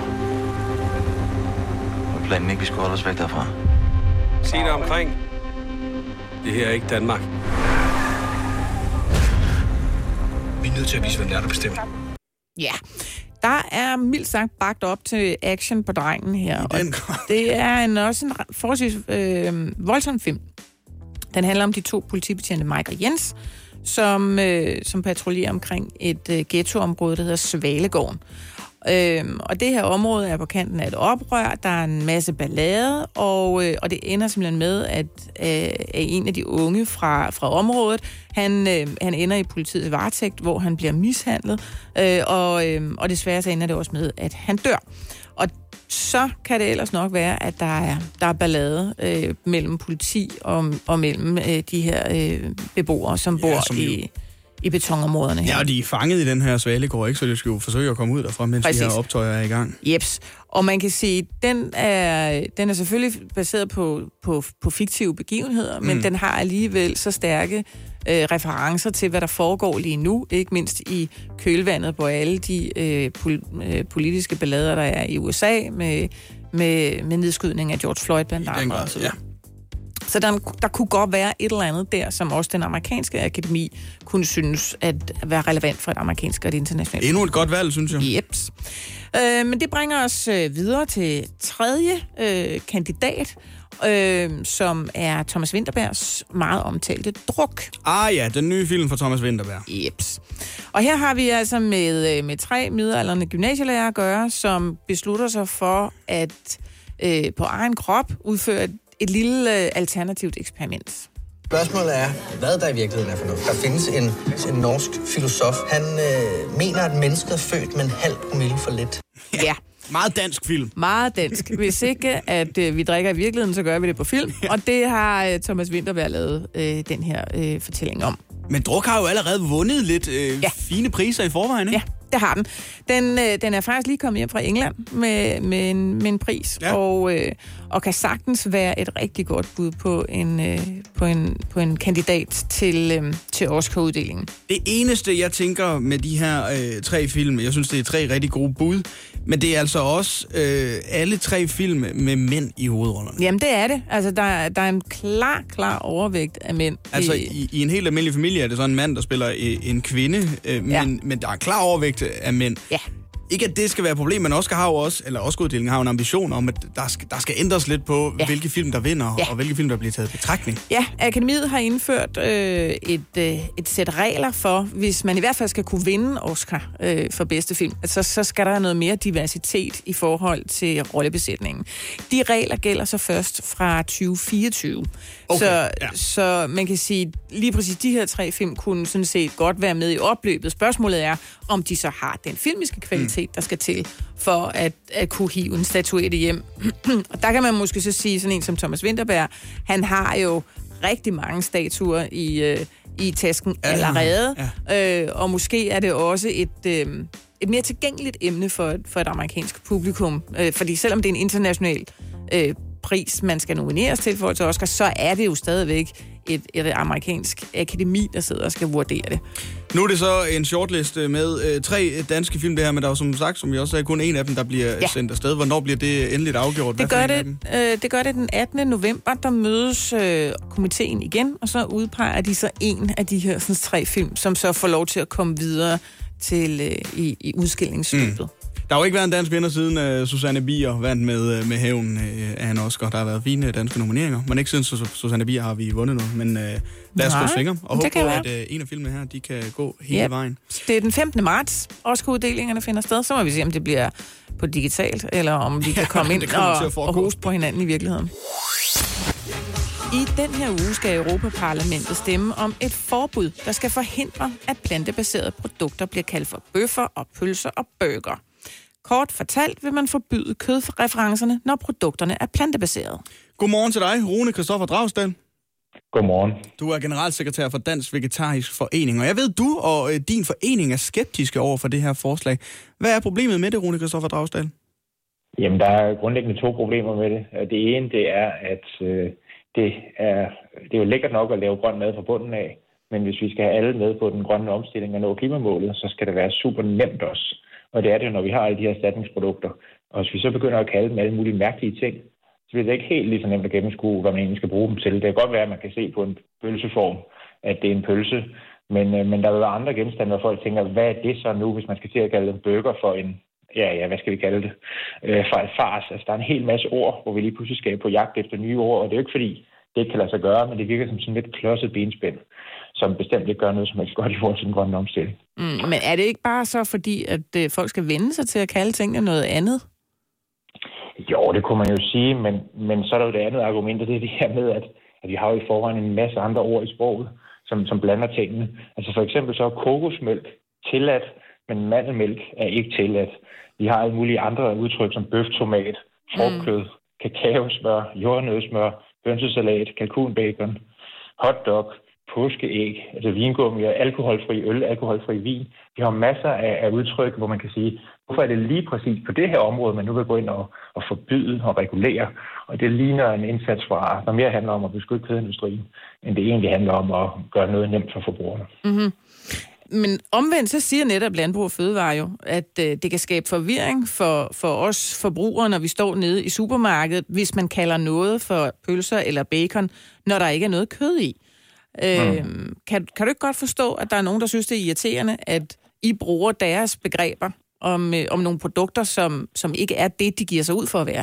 Og planen ikke, vi skulle holde os væk derfra. Se dig omkring. Det her er ikke Danmark. Vi er nødt til at vise, hvem der bestemmer. Ja, der er mildt sagt bagt op til action på drengen her. Og det er også en forholdsvis voldsom film. Den handler om de 2 politibetjente, Mike og Jens, som patruljerer omkring et ghettoområde, der hedder Svalegården. Og det her område er på kanten af et oprør, der er en masse ballade, og det ender simpelthen med, at en af de unge fra området, han ender i politiets varetægt, hvor han bliver mishandlet, og desværre så ender det også med, at han dør. Og så kan det ellers nok være, at der er ballade mellem politi og mellem de her beboere, som bor i betonområderne her. Ja, og de er fanget i den her Svalegård, ikke? Så de skal jo forsøge at komme ud derfra, mens de her optøjer er i gang. Jeps. Og man kan sige, den er selvfølgelig baseret på fiktive begivenheder, men den har alligevel så stærke referencer til, hvad der foregår lige nu, ikke mindst i kølvandet på alle de politiske ballader, der er i USA, med nedskydning af George Floyd blandt andet. Ja. Så der kunne godt være et eller andet der, som også den amerikanske akademi kunne synes at være relevant for et amerikansk og et internationalt. Endnu et godt valg, synes jeg. Jeps. Men det bringer os videre til tredje kandidat, som er Thomas Vinterbergs meget omtalte Druk. Ja, den nye film fra Thomas Vinterberg. Jeps. Og her har vi altså med 3 midaldrende gymnasielærere at gøre, som beslutter sig for at på egen krop udføre et lille alternativt eksperiment. Spørgsmålet er, hvad der i virkeligheden er for noget. Der findes en norsk filosof. Han mener, at mennesket er født med en halv promille for lidt. Ja. Meget dansk film. Meget dansk. Hvis ikke, at vi drikker i virkeligheden, så gør vi det på film. Ja. Og det har Thomas Vinterberg lavet den her fortælling om. Men Druk har jo allerede vundet lidt fine priser i forvejen, ikke? Ja, det har den. Den er faktisk lige kommet hjem fra England med en pris, og kan sagtens være et rigtig godt bud på en kandidat til Oscar-uddelingen. Det eneste, jeg tænker med de her 3 film, jeg synes, det er 3 rigtig gode bud, men det er altså også alle 3 film med mænd i hovedrollerne. Jamen, det er det. Altså, der er en klar overvægt af mænd. Altså, i en helt almindelig familie er det sådan en mand, der spiller en kvinde, men der er en klar overvægt af mænd. Ja. ikke at det skal være et problem, men Oscar-uddelingen har jo en ambition om, at der skal ændres lidt på, hvilke film der vinder, og hvilke film der bliver taget i betragtning. Ja, Akademiet har indført et sæt regler for, hvis man i hvert fald skal kunne vinde Oscar for bedste film, så skal der noget mere diversitet i forhold til rollebesætningen. De regler gælder så først fra 2024. Okay, så man kan sige, lige præcis de her 3 film kunne sådan set godt være med i opløbet. Spørgsmålet er, om de så har den filmiske kvalitet, der skal til, for at kunne hive en statuette hjem. Og der kan man måske så sige, sådan en som Thomas Vinterberg, han har jo rigtig mange statuer i tasken allerede, og måske er det også et mere tilgængeligt emne for et amerikansk publikum, fordi selvom det er en international pris, man skal nomineres til for Oscar, så er det jo stadigvæk et amerikansk akademi, der sidder og skal vurdere det. Nu er det så en shortlist med 3 danske film, det her, men der er jo som sagt, som vi også sagde, kun en af dem, der bliver sendt afsted. Hvornår bliver det endeligt afgjort? Det gør det den 18. november, der mødes komiteen igen, og så udpeger de så en af de her 3 film, som så får lov til at komme videre til i udskillingsløbet. Der har jo ikke været en dansk vinder siden Susanne Bier vandt med Hævn af en Oscar. Der har været fine danske nomineringer, men ikke siden Susanne Bier har vi vundet noget. Men lad os gå svinger og håbe på, at en af filmene her, de kan gå hele vejen. Det er den 15. marts, Oscar-uddelingerne finder sted. Så må vi se, om det bliver på digitalt, eller om vi kan komme ind og hoste på hinanden i virkeligheden. I den her uge skal Europaparlamentet stemme om et forbud, der skal forhindre, at plantebaserede produkter bliver kaldt for bøffer og pølser og burger. Kort fortalt vil man forbyde kødreferencerne, når produkterne er plantebaserede. Godmorgen til dig, Rune Christoffer Dragsdal. Godmorgen. Du er generalsekretær for Dansk Vegetarisk Forening, og jeg ved, du og din forening er skeptiske over for det her forslag. Hvad er problemet med det, Rune Christoffer Dragsdal? Jamen, der er grundlæggende 2 problemer med det. Det ene, det er, at det er jo lækkert nok at lave grøn mad fra bunden af, men hvis vi skal have alle med på den grønne omstilling og nå klimamålet, så skal det være super nemt også. Og det er det, når vi har alle de her erstatningsprodukter. Og hvis vi så begynder at kalde dem alle mulige mærkelige ting, så bliver det ikke helt lige så nemt at gennemskue, hvad man egentlig skal bruge dem til. Det kan godt være, at man kan se på en pølseform, at det er en pølse, men der vil være andre genstande, hvor folk tænker, hvad er det så nu, hvis man skal til at kalde en burger for en, hvad skal vi kalde det, for et fars. Altså, der er en hel masse ord, hvor vi lige pludselig skal på jagt efter nye ord, og det er jo ikke fordi, det ikke kan lade sig gøre, men det virker som sådan lidt klodset benspænd, som bestemt ikke gør noget som helst godt i forhold til den grønne omstilling. Men er det ikke bare så fordi, at folk skal vende sig til at kalde tingene noget andet? Jo, det kunne man jo sige, men så er der jo det andet argument, og det er det her med, at vi har jo i forvejen en masse andre ord i sproget, som blander tingene. Altså for eksempel så er kokosmælk tilladt, men mandelmælk er ikke tilladt. Vi har alle mulige andre udtryk som bøftomat, frugtkød, kakaosmør, jordnødsmør, hønsesalat, kalkunbacon, hotdog, påskeæg, altså vingummi, alkoholfri øl, alkoholfri vin. Vi har masser af udtryk, hvor man kan sige, hvorfor er det lige præcis på det her område, man nu vil gå ind og forbyde og regulere. Og det ligner en indsats fra, der mere handler om at beskytte kødindustrien, end det egentlig handler om at gøre noget nemt for forbrugerne. Mm-hmm. Men omvendt så siger netop Landbrug og Fødevare jo, at det kan skabe forvirring for os forbrugere, når vi står nede i supermarkedet, hvis man kalder noget for pølser eller bacon, når der ikke er noget kød i. Kan du ikke godt forstå, at der er nogen, der synes, det er irriterende, at I bruger deres begreber om nogle produkter, som ikke er det, de giver sig ud for at være?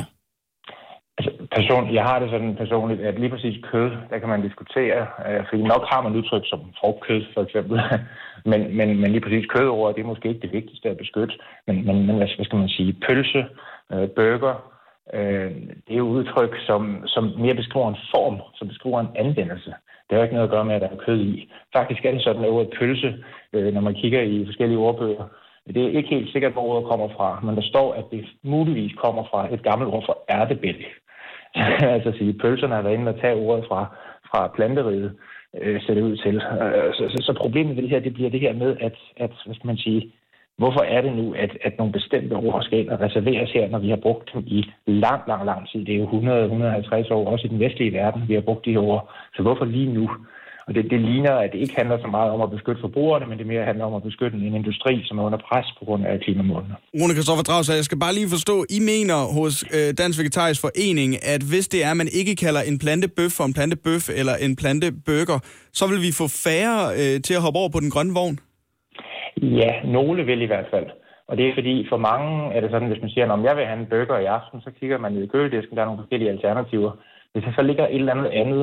Altså, jeg har det sådan personligt, at lige præcis kød, der kan man diskutere, fordi nok har man udtryk som frugtkød, for eksempel, men lige præcis kødordet, det er måske ikke det vigtigste at beskytte, men hvad skal man sige, pølse, burger, det er jo udtryk, som mere beskriver en form, som beskriver en anvendelse. Det har jo ikke noget at gøre med, at der er kød i. Faktisk er det sådan, at ordet pølse, når man kigger i forskellige ordbøger, det er ikke helt sikkert, hvor ordet kommer fra, men der står, at det muligvis kommer fra et gammelt ord for ærtebælg. Altså at sige, pølserne har været inde og tage ordet fra planteriget, ser det ud til. Så problemet ved det her, det bliver det her med, at hvad skal man sige, hvorfor er det nu, at nogle bestemte ord skal ind og reserveres her, når vi har brugt dem i lang tid? Det er jo 100-150 år, også i den vestlige verden, vi har brugt de her ord. Så hvorfor lige nu? Og det ligner, at det ikke handler så meget om at beskytte forbrugerne, men det mere handler om at beskytte en industri, som er under pres på grund af klimamålene. Rune Christoffer Dragsdal, jeg skal bare lige forstå, I mener hos Dansk Vegetarisk Forening, at hvis det er, at man ikke kalder en plantebøf for en plantebøf eller en planteburger, så vil vi få færre til at hoppe over på den grønne vogn? Ja, nogle vil i hvert fald. Og det er fordi, for mange er det sådan, hvis man siger, om jeg vil have en burger i aften, så kigger man ned i køledisken, der er nogle forskellige alternativer. Hvis der så ligger et eller andet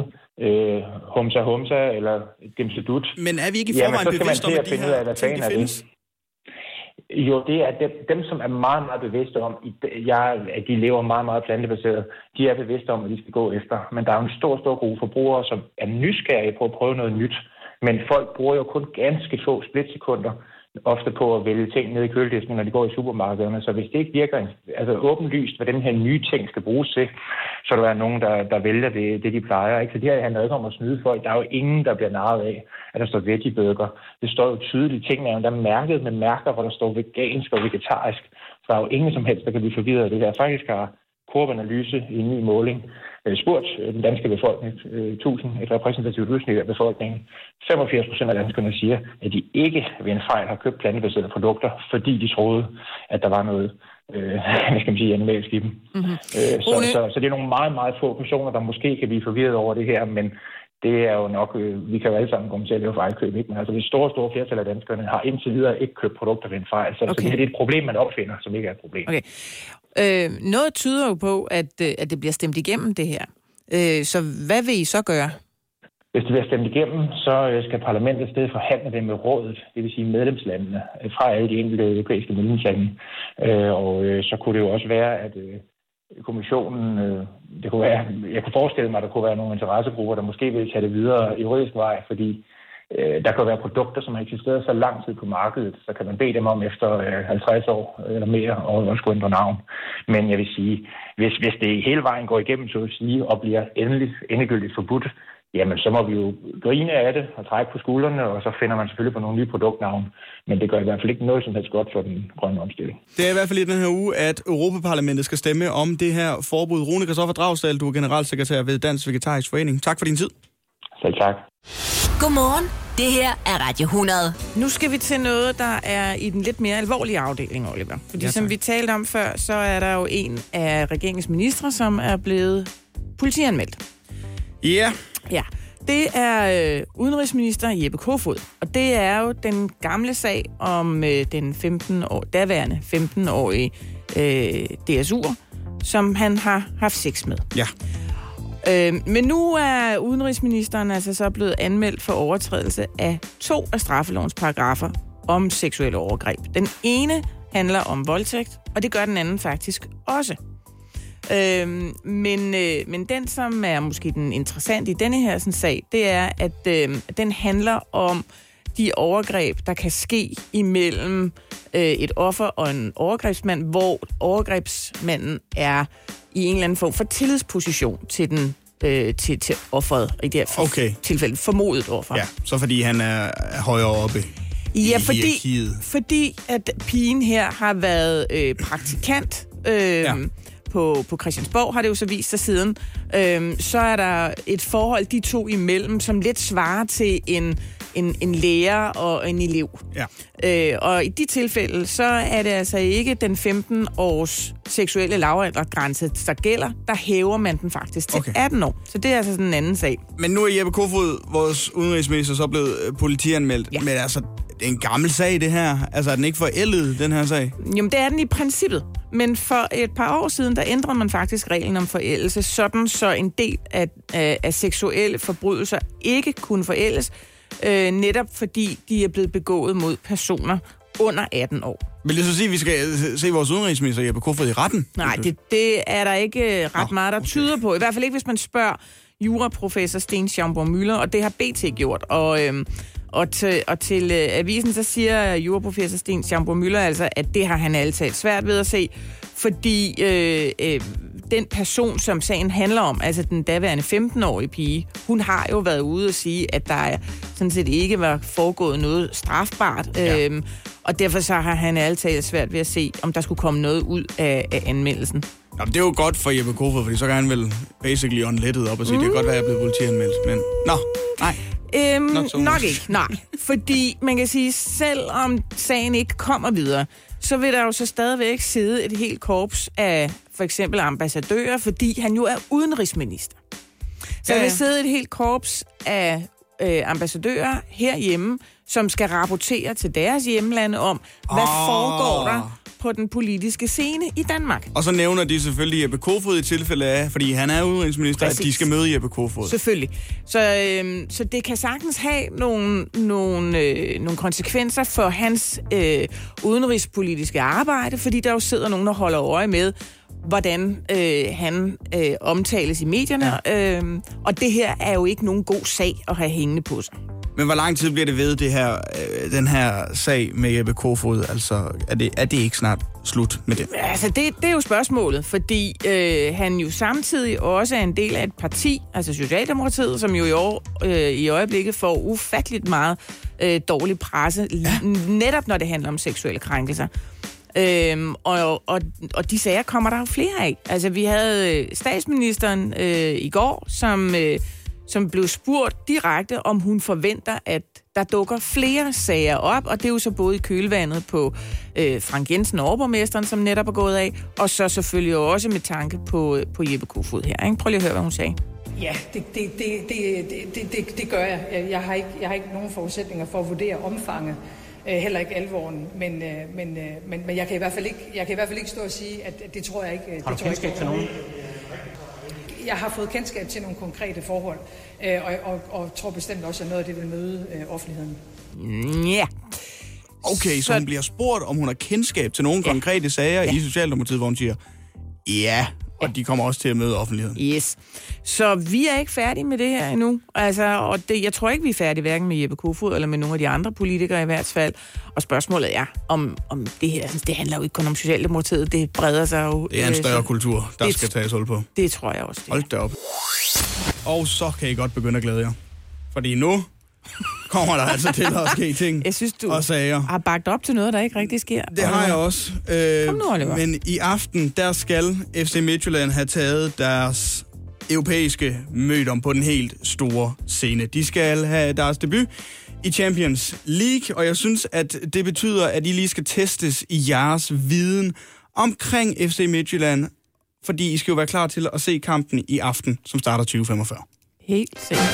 humsa eller dimsedut, men er vi ikke i forvejen bevidst om, at de her ting, de findes? Jo, det er dem, som er meget, meget bevidste om, at de lever meget, meget plantebaseret. De er bevidste om, at de skal gå efter. Men der er jo en stor, stor gruppe forbrugere, som er nysgerrige på at prøve noget nyt. Men folk bruger jo kun ganske få splitsekunder ofte på at vælge ting ned i køledisken, når de går i supermarkederne. Så hvis det ikke virker åbenlyst, hvad den her nye ting skal bruges til, så er der nogen, der vælger det, de plejer. Ikke? Så det her handler ikke om at snyde folk. Der er jo ingen, der bliver narret af, at der står veggie-burger. Det står jo tydeligt. Tingene er jo der mærket med mærker, hvor der står vegansk og vegetarisk. Så der er jo ingen som helst, der kan blive forvirret af det her. Faktisk har Coop-analyse i en ny måling spurgt den danske befolkning, 1000, et repræsentativt udsnit af befolkningen. 85% af danskerne siger, at de ikke ved en fejl har købt plantebaserede produkter, fordi de troede, at der var noget animalsk i dem. Mm-hmm. Så det er nogle meget, meget få personer, der måske kan blive forvirret over det her, men det er jo nok, vi kan jo alle sammen komme til at lave fejlkøb, ikke? Men altså det store flertal af danskerne har indtil videre ikke købt produkter ved en fejl, så det er et problem, man opfinder, som ikke er et problem. Okay. Noget tyder jo på, at det bliver stemt igennem, det her. Så hvad vil I så gøre? Hvis det bliver stemt igennem, så skal parlamentet i stedet forhandle det med rådet, det vil sige medlemslandene, fra alle de enkelte europæiske medlemslande. Og så kunne det jo også være, at kommissionen, det kunne være, jeg kunne forestille mig, at der kunne være nogle interessegrupper, der måske ville tage det videre i juridisk vej, fordi der kan være produkter, som har eksisteret så lang tid på markedet, så kan man bede dem om efter 50 år eller mere, og også gå ændre navn. Men jeg vil sige, hvis det hele vejen går igennem, så at sige, og bliver endegyldigt forbudt, jamen så må vi jo grine af det og trække på skuldrene, og så finder man selvfølgelig på nogle nye produktnavne. Men det gør i hvert fald ikke noget som helst godt for den grønne omstilling. Det er i hvert fald i den her uge, at Europaparlamentet skal stemme om det her forbud. Rune Christoffer Dragsdahl, du er generalsekretær ved Dansk Vegetarisk Forening. Tak for din tid. Selv tak. Godmorgen. Det her er Radio 100. Nu skal vi til noget, der er i den lidt mere alvorlige afdeling, Oliver. Fordi som vi talte om før, så er der jo en af regeringens ministre, som er blevet politianmeldt. Ja. Ja. Det er udenrigsminister Jeppe Kofod, og det er jo den gamle sag om den daværende 15-årige DSU'er, som han har haft sex med. Ja. Men nu er udenrigsministeren altså så blevet anmeldt for overtrædelse af 2 af straffelovens paragrafer om seksuelle overgreb. Den ene handler om voldtægt, og det gør den anden faktisk også. Men den, som er måske den interessante i denne her sag, det er, at den handler om de overgreb, der kan ske imellem et offer og en overgrebsmand, hvor overgrebsmanden er i en eller anden form for tillidsposition til den til offeret, i det her tilfælde formodet offer. Ja, så fordi han er højere oppe i hierarkiet. Fordi at pigen her har været praktikant på Christiansborg, har det jo så vist sig siden. Så er der et forhold, de to imellem, som lidt svarer til en lærer og en elev. Ja. Og i de tilfælde, så er det altså ikke den 15-års seksuelle lavaldergrænse, der gælder. Der hæver man den faktisk til 18 år. Så det er altså sådan en anden sag. Men nu er Jeppe Kofod, vores udenrigsminister, så blevet politianmeldt. Ja. Men altså, det er en gammel sag, det her. Altså, er den ikke forældet, den her sag? Jamen, det er den i princippet. Men for et par år siden, der ændrede man faktisk reglen om forældelse, sådan så en del af seksuelle forbrydelser ikke kunne forældes, netop fordi de er blevet begået mod personer under 18 år. Vil det så sige, at vi skal se vores udenrigsminister Jeppe Kofod i retten? Nej, det er der ikke ret meget, der tyder på. I hvert fald ikke, hvis man spørger juraprofessor Sten Schaumburg-Müller, og det har BT gjort. Og til avisen, så siger juraprofessor Sten Schaumburg-Müller altså, at det har han altid svært ved at se, fordi den person, som sagen handler om, altså den daværende 15-årige pige, hun har jo været ude og sige, at der sådan set ikke var foregået noget strafbart, og derfor så har han altid svært ved at se, om der skulle komme noget ud af anmeldelsen. Jamen, det er jo godt for Jeppe Kofod, fordi så kan han vel basically unlettet op og sige, det kan godt være, at jeg er blevet politianmeldt, men nej. Nok ikke, nej. Fordi man kan sige, selvom sagen ikke kommer videre, så vil der jo så stadigvæk sidde et helt korps af for eksempel ambassadører, fordi han jo er udenrigsminister. Så der vil sidde et helt korps af ambassadører herhjemme, som skal rapportere til deres hjemlande om, hvad foregår der på den politiske scene i Danmark. Og så nævner de selvfølgelig Jeppe Kofod i tilfælde af, fordi han er udenrigsminister, at de skal møde Jeppe Kofod. Selvfølgelig. Så det kan sagtens have nogle konsekvenser for hans udenrigspolitiske arbejde, fordi der jo sidder nogen, der holder øje med, hvordan han omtales i medierne. Ja. Og det her er jo ikke nogen god sag at have hængende på sig. Men hvor lang tid bliver det ved, den her sag med Jeppe Kofod? Altså, er det ikke snart slut med det? Altså, det er jo spørgsmålet, fordi han jo samtidig også er en del af et parti, altså Socialdemokratiet, som jo i øjeblikket får ufatteligt meget dårlig presse, netop når det handler om seksuelle krænkelser. Og de sager kommer der jo flere af. Altså, vi havde statsministeren i går, som blev spurgt direkte, om hun forventer, at der dukker flere sager op, og det er jo så både i kølvandet på Frank Jensen, overborgmesteren, som netop er gået af, og så selvfølgelig også med tanke på Jeppe Kofod her. Ikke? Prøv lige at høre, hvad hun sagde. Ja, det gør jeg. Jeg har ikke nogen forudsætninger for at vurdere omfanget, heller ikke alvoren, men jeg kan i hvert fald ikke stå og sige, at det tror jeg ikke. Har du kendskab til nogen? Jeg har fået kendskab til nogle konkrete forhold, og tror bestemt også, at noget af det vil møde offentligheden. Ja. Okay, så hun bliver spurgt, om hun har kendskab til nogle konkrete sager i Socialdemokratiet, hvor hun siger, ja, og de kommer også til at møde offentligheden. Yes. Så vi er ikke færdige med det her endnu. Altså, og jeg tror ikke, vi er færdige hverken med Jeppe Kofod eller med nogle af de andre politikere i hvert fald. Og spørgsmålet er, om det her, det handler jo ikke kun om Socialdemokratiet, det breder sig jo. Det er en større kultur, der skal tages hul på. Det tror jeg også. Hold da op. Og så kan I godt begynde at glæde jer. Fordi nu kommer der altså til at ske ting. Jeg synes, du har bagt op til noget, der ikke rigtig sker. Det har jeg også. Kom nu, Oliver. Men i aften, der skal FC Midtjylland have taget deres europæiske mødom på den helt store scene. De skal have deres debut i Champions League, og jeg synes, at det betyder, at I lige skal testes i jeres viden omkring FC Midtjylland, fordi I skal jo være klar til at se kampen i aften, som starter 2045. Helt sikkert.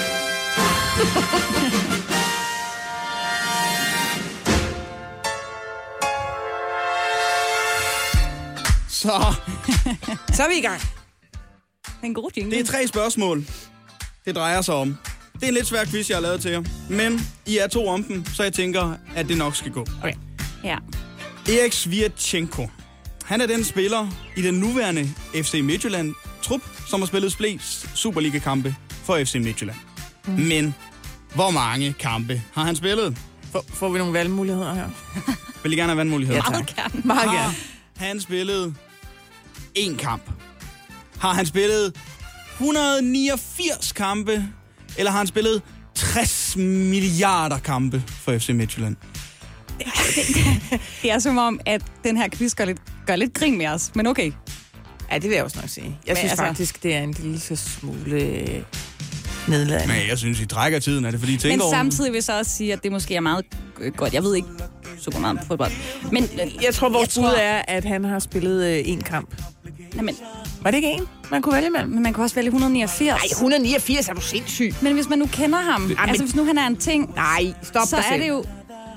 Så er vi i gang. En god jingle. Det er 3 spørgsmål, det drejer sig om. Det er en lidt svær quiz, jeg har lavet til jer. Men I er 2 om dem, så jeg tænker, at det nok skal gå. Okay. Ja. Erik Sviatchenko. Han er den spiller i den nuværende FC Midtjylland-trup, som har spillet flest Superliga-kampe for FC Midtjylland. Men hvor mange kampe har han spillet? Får vi nogle valgmuligheder her? Vil I gerne have valgmuligheder? Ja, meget gerne. Meget gerne. Har han spillet 1 kamp? Har han spillet 189 kampe? Eller har han spillet 60 milliarder kampe for FC Midtjylland? Det er som om, at den her quiz gør lidt grin med os, men okay. Ja, det vil jeg også nok sige. Jeg synes faktisk, det er en lille smule nedladende. Men jeg synes, I trækker tiden. Er det fordi I tænker over? Men samtidig vil jeg så også sige, at det måske er meget godt. Jeg ved ikke super meget om fodbold. Men jeg tror, vores bud er, at han har spillet 1 kamp. Jamen, var det ikke 1, man kunne vælge mellem? Men man kunne også vælge 189. Nej, 189 er du sindssyg. Men hvis man nu kender ham, altså hvis nu han er en ting, nej, stop så dig selv. er det jo...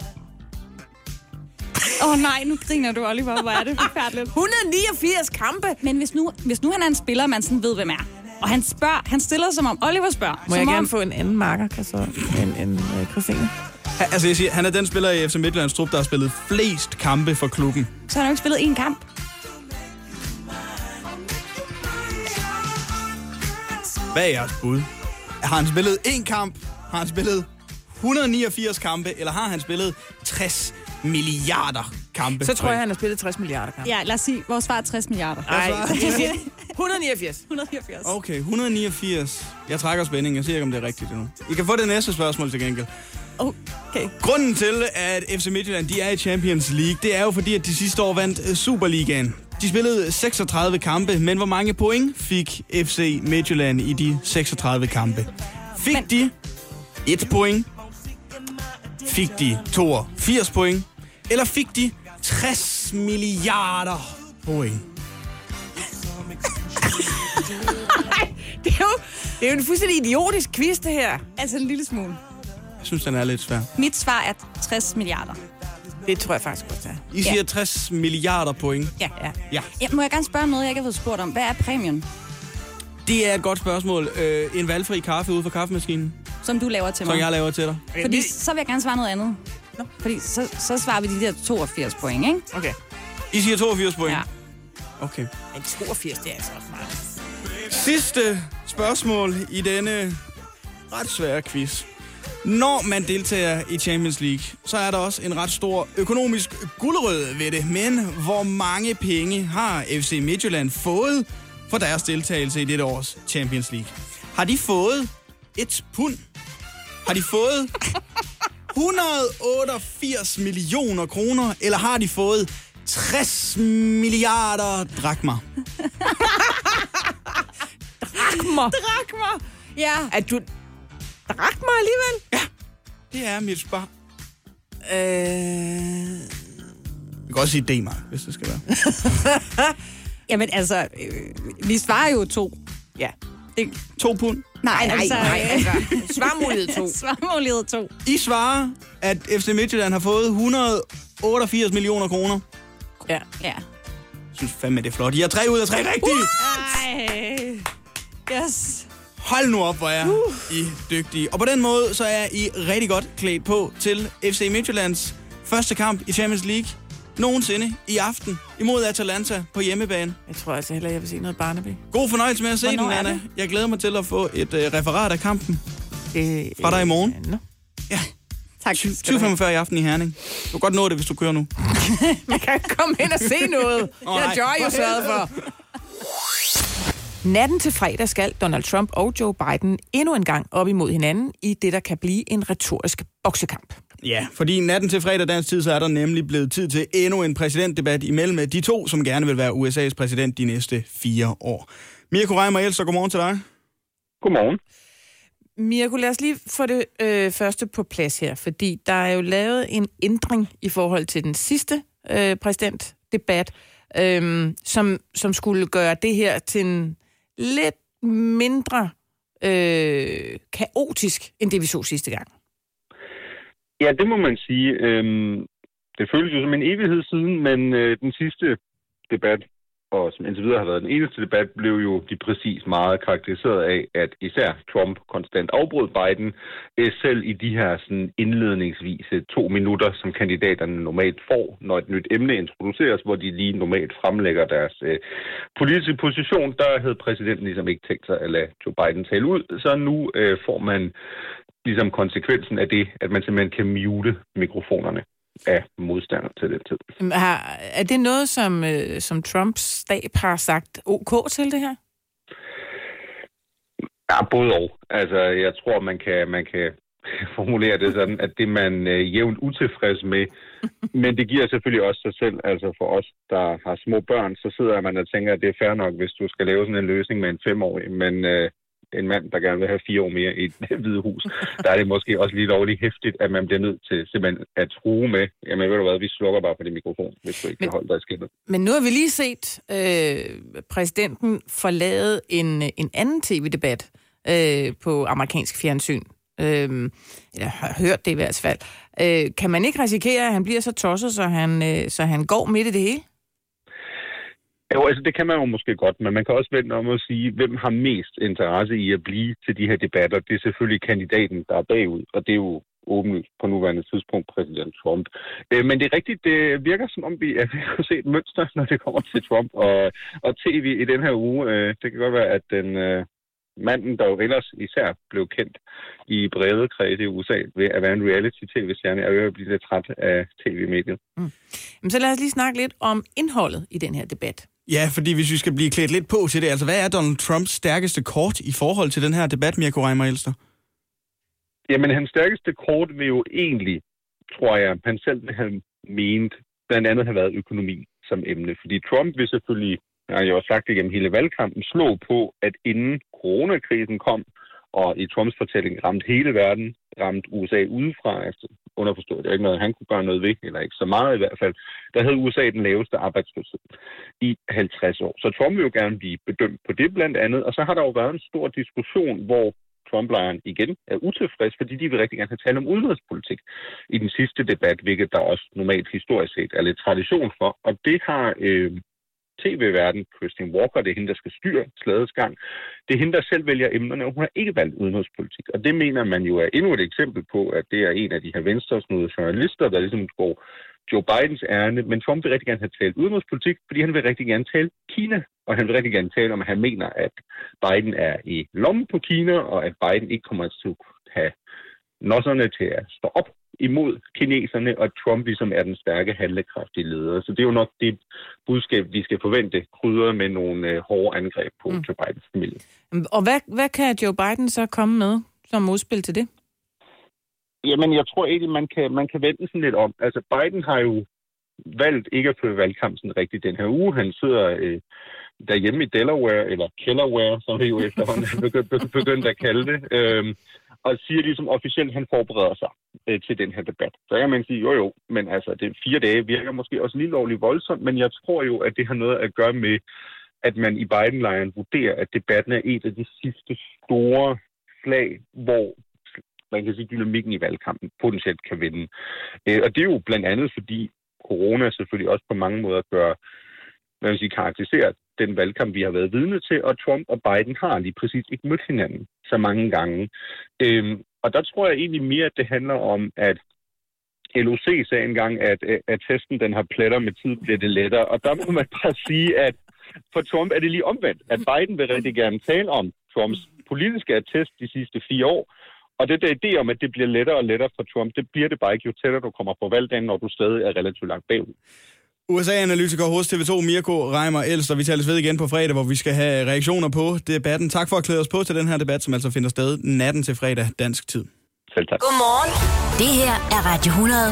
Nej, nu griner du, Oliver. Hvor er det forfærdeligt. 189 kampe! Men hvis nu han er en spiller, man sådan ved, hvem er, og han stiller som om Oliver spørger. Må jeg gerne få en anden marker, så en Christine? Altså, jeg siger, han er den spiller i FC Midtjyllands trup, der har spillet flest kampe for klubben. Så har han jo ikke spillet 1 kamp. Hvad er jeres bud? Har han spillet 1 kamp? Har han spillet 189 kampe? Eller har han spillet 60 milliarder kampe? Så tror jeg, han har spillet 60 milliarder kampe. Ja, lad os sige, vores svar er 60 milliarder. Nej, 189. 189. Okay, 189. Jeg trækker spænding. Jeg siger ikke, om det er rigtigt endnu. I kan få det næste spørgsmål til gengæld. Okay. Grunden til, at FC Midtjylland de er i Champions League, det er jo fordi, at de sidste år vandt Superligaen. De spillede 36 kampe, men hvor mange point fik FC Midtjylland i de 36 kampe? Fik de 1 point? Fik de 82 point? Eller fik de 60 milliarder point? Det er jo en fuldstændig idiotisk quiz, det her. Altså en lille smule. Jeg synes, den er lidt svær. Mit svar er 60 milliarder. Det tror jeg faktisk godt, det I siger 60 milliarder point. Ja. Må jeg gerne spørge om noget, jeg ikke har fået spurgt om? Hvad er præmien? Det er et godt spørgsmål. En valgfri kaffe ude for kaffemaskinen. Som du laver til mig? Som jeg laver til dig. Fordi så vil jeg gerne svare noget andet. Fordi så svarer vi de der 82 point, ikke? Okay. I siger 82 point? Ja. Okay. Men 82, det er altså også meget. Sidste spørgsmål i denne ret svære quiz. Når man deltager i Champions League, så er der også en ret stor økonomisk gulerod ved det. Men hvor mange penge har FC Midtjylland fået for deres deltagelse i dette års Champions League? Har de fået 1 pund? Har de fået 188 millioner kroner? Eller har de fået 60 milliarder drakmer? Drakmer? Ja. Er du drakmer alligevel? Ja, det er mit spar. Jeg kan også sige D-mark, hvis det skal være. Jamen altså, vi svarer jo 2. Ja. 2 pund? Nej, altså svarmulighed 2. Svarmulighed 2. I svarer, at FC Midtjylland har fået 188 millioner kroner. Ja. Jeg synes fandme, det er flot. I har 3 ud af 3 rigtige. Yes. Hold nu op, hvor er I dygtige. Og på den måde, så er I rigtig godt klædt på til FC Midtjyllands første kamp i Champions League nogensinde i aften imod Atalanta på hjemmebane. Jeg tror altså heller, jeg vil se noget Barnaby. God fornøjelse med at se den, Anna. Jeg glæder mig til at få et referat af kampen fra dig i morgen. Ja. Tak. 20:45 i aften i Herning. Du kan godt nå det, hvis du kører nu. Man kan komme ind og se noget. Det har Joy jo sørget for. Natten til fredag skal Donald Trump og Joe Biden endnu en gang op imod hinanden i det, der kan blive en retorisk boksekamp. Ja, fordi natten til fredag dansk tid, så er der nemlig blevet tid til endnu en præsidentdebat imellem de to, som gerne vil være USA's præsident de næste 4 år. Mirko Reimer Elster, godmorgen til dig. Godmorgen. Mirko, lad os lige få det første på plads her, fordi der er jo lavet en ændring i forhold til den sidste præsidentdebat, som skulle gøre det her til en lidt mindre kaotisk, end det vi så sidste gang. Ja, det må man sige. Det føles jo som en evighed siden, men den sidste debat, og som indtil videre har været den eneste debat, blev jo de præcis meget karakteriseret af, at især Trump konstant afbrød Biden, selv i de her sådan indledningsvise 2 minutter, som kandidaterne normalt får, når et nyt emne introduceres, hvor de lige normalt fremlægger deres politiske position. Der havde præsidenten ligesom ikke tænkt sig at lade Joe Biden tale ud, så nu får man ligesom konsekvensen af det, at man simpelthen kan mute mikrofonerne af modstander til den tid. Er det noget, som Trumps stab har sagt OK til det her? Ja, både og. Altså, jeg tror, man kan formulere det sådan, at det man jævnt utilfreds med, men det giver selvfølgelig også sig selv, altså for os, der har små børn, så sidder man og tænker, at det er fair nok, hvis du skal lave sådan en løsning med en 5-årig, men en mand, der gerne vil have 4 år mere i et Hvide Hus, der er det måske også lige lovligt hæftigt, at man bliver nødt til simpelthen at true med, jamen ved du hvad, vi slukker bare på det mikrofon, hvis du ikke kan holde dig i skinnet. Men nu har vi lige set præsidenten forlade en anden tv-debat på amerikansk fjernsyn. Jeg har hørt det i hvert fald. Kan man ikke risikere, at han bliver så tosset, så han går midt i det hele? Jo, altså det kan man jo måske godt, men man kan også vende om at sige, hvem har mest interesse i at blive til de her debatter. Det er selvfølgelig kandidaten, der er bagud, og det er jo åbenlyst på nuværende tidspunkt præsident Trump. Men det er rigtigt, det virker som om vi er ved at se et mønster, når det kommer til Trump og tv i den her uge. Det kan godt være, at den manden, der jo ellers især blev kendt i brede kredse i USA ved at være en reality-tv-stjerne, er jo at blive lidt træt af tv-mediet. Så lad os lige snakke lidt om indholdet i den her debat. Ja, fordi hvis vi skal blive klædt lidt på til det, altså hvad er Donald Trumps stærkeste kort i forhold til den her debat, Mirko Reimer Elster? Jamen, hans stærkeste kort vil jo egentlig, tror jeg, han selv vil have ment, blandt andet have været økonomi som emne. Fordi Trump vil selvfølgelig, jeg har jo også sagt det gennem hele valgkampen, slå på, at inden coronakrisen kom, og i Trumps fortælling ramte hele verden, ramte USA udefra, altså underforstået, det er ikke noget, han kunne gøre noget ved, eller ikke så meget i hvert fald, der havde USA den laveste arbejdsløshed i 50 år. Så Trump vil jo gerne blive bedømt på det blandt andet, og så har der jo været en stor diskussion, hvor Trump-lejren igen er utilfreds, fordi de vil rigtig gerne have talt om udenrigspolitik i den sidste debat, hvilket der også normalt historisk set er lidt tradition for. Og det har tv-verden, Christine Walker, det er hende, der skal styre slagets gang. Det er hende, der selv vælger emnerne, og hun har ikke valgt udenrigspolitik. Og det mener man jo er endnu et eksempel på, at det er en af de her venstresnodede journalister, der ligesom går Joe Bidens ærne, men Trump vil rigtig gerne have talt udenrigspolitik, fordi han vil rigtig gerne tale Kina, og han vil rigtig gerne tale om, at han mener, at Biden er i lommen på Kina, og at Biden ikke kommer til at have nosserne til at stå op imod kineserne, og Trump ligesom er den stærke, handlekraftige leder. Så det er jo nok det budskab, vi skal forvente, krydret med nogle hårde angreb på Joe Bidens familie. Og hvad kan Joe Biden så komme med som modspil til det? Jamen, jeg tror egentlig, man kan vente sådan lidt om. Altså, Biden har jo valgt ikke at føre valgkampen rigtigt den her uge. Han sidder derhjemme i Delaware, eller Kellerware, som vi jo efterhånden begyndt at kalde det, og siger ligesom officielt, at han forbereder sig til den her debat. Så kan man sige, jo, men altså, det 4 dage virker måske også lige lovligt voldsomt, men jeg tror jo, at det har noget at gøre med, at man i Biden-lejren vurderer, at debatten er et af de sidste store slag, hvor man kan sige, dynamikken i valgkampen potentielt kan vinde. Og det er jo blandt andet, fordi corona selvfølgelig også på mange måder karakteriserer den valgkamp, vi har været vidne til, og Trump og Biden har lige præcis ikke mødt hinanden så mange gange. Og der tror jeg egentlig mere, at det handler om, at LOC sagde engang, at testen den har pletter, med tid bliver det lettere. Og der må man bare sige, at for Trump er det lige omvendt, at Biden vil rigtig gerne tale om Trumps politiske attest de sidste 4 år. Og det der idé om, at det bliver lettere og lettere for Trump, det bliver det bare ikke, jo tættere du kommer på valgdagen, når du stadig er relativt langt bagud. USA-analytiker hos TV2, Mirko Reimer Elster. Vi tales ved igen på fredag, hvor vi skal have reaktioner på debatten. Tak for at klæde os på til den her debat, som altså finder sted natten til fredag dansk tid. Selv tak. Godmorgen. Det her er Radio 100.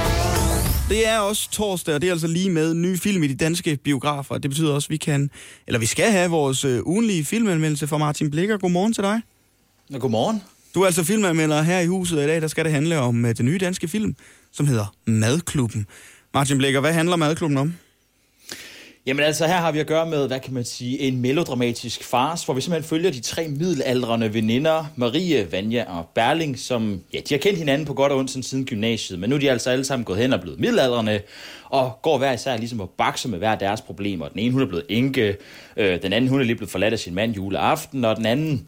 Det er også torsdag, og det er altså lige med nye film i de danske biografer. Det betyder også, at vi skal have vores ugenlige filmanmeldelse fra Martin Blikker. Godmorgen til dig. Ja, godmorgen. Du er altså filmanmelder her i huset, og i dag der skal det handle om den nye danske film, som hedder Madklubben. Martin Blikker, hvad handler Madklubben om? Jamen altså, her har vi at gøre med, hvad kan man sige, en melodramatisk farce, hvor vi simpelthen følger de 3 middelaldrende veninder, Marie, Vanja og Berling, som de har kendt hinanden på godt og ondt siden gymnasiet, men nu er de altså alle sammen gået hen og blevet middelaldrende, og går hver især ligesom og bakser med hver deres problemer. Den ene, hun er blevet enke, den anden, hun er lige blevet forladt af sin mand juleaften, og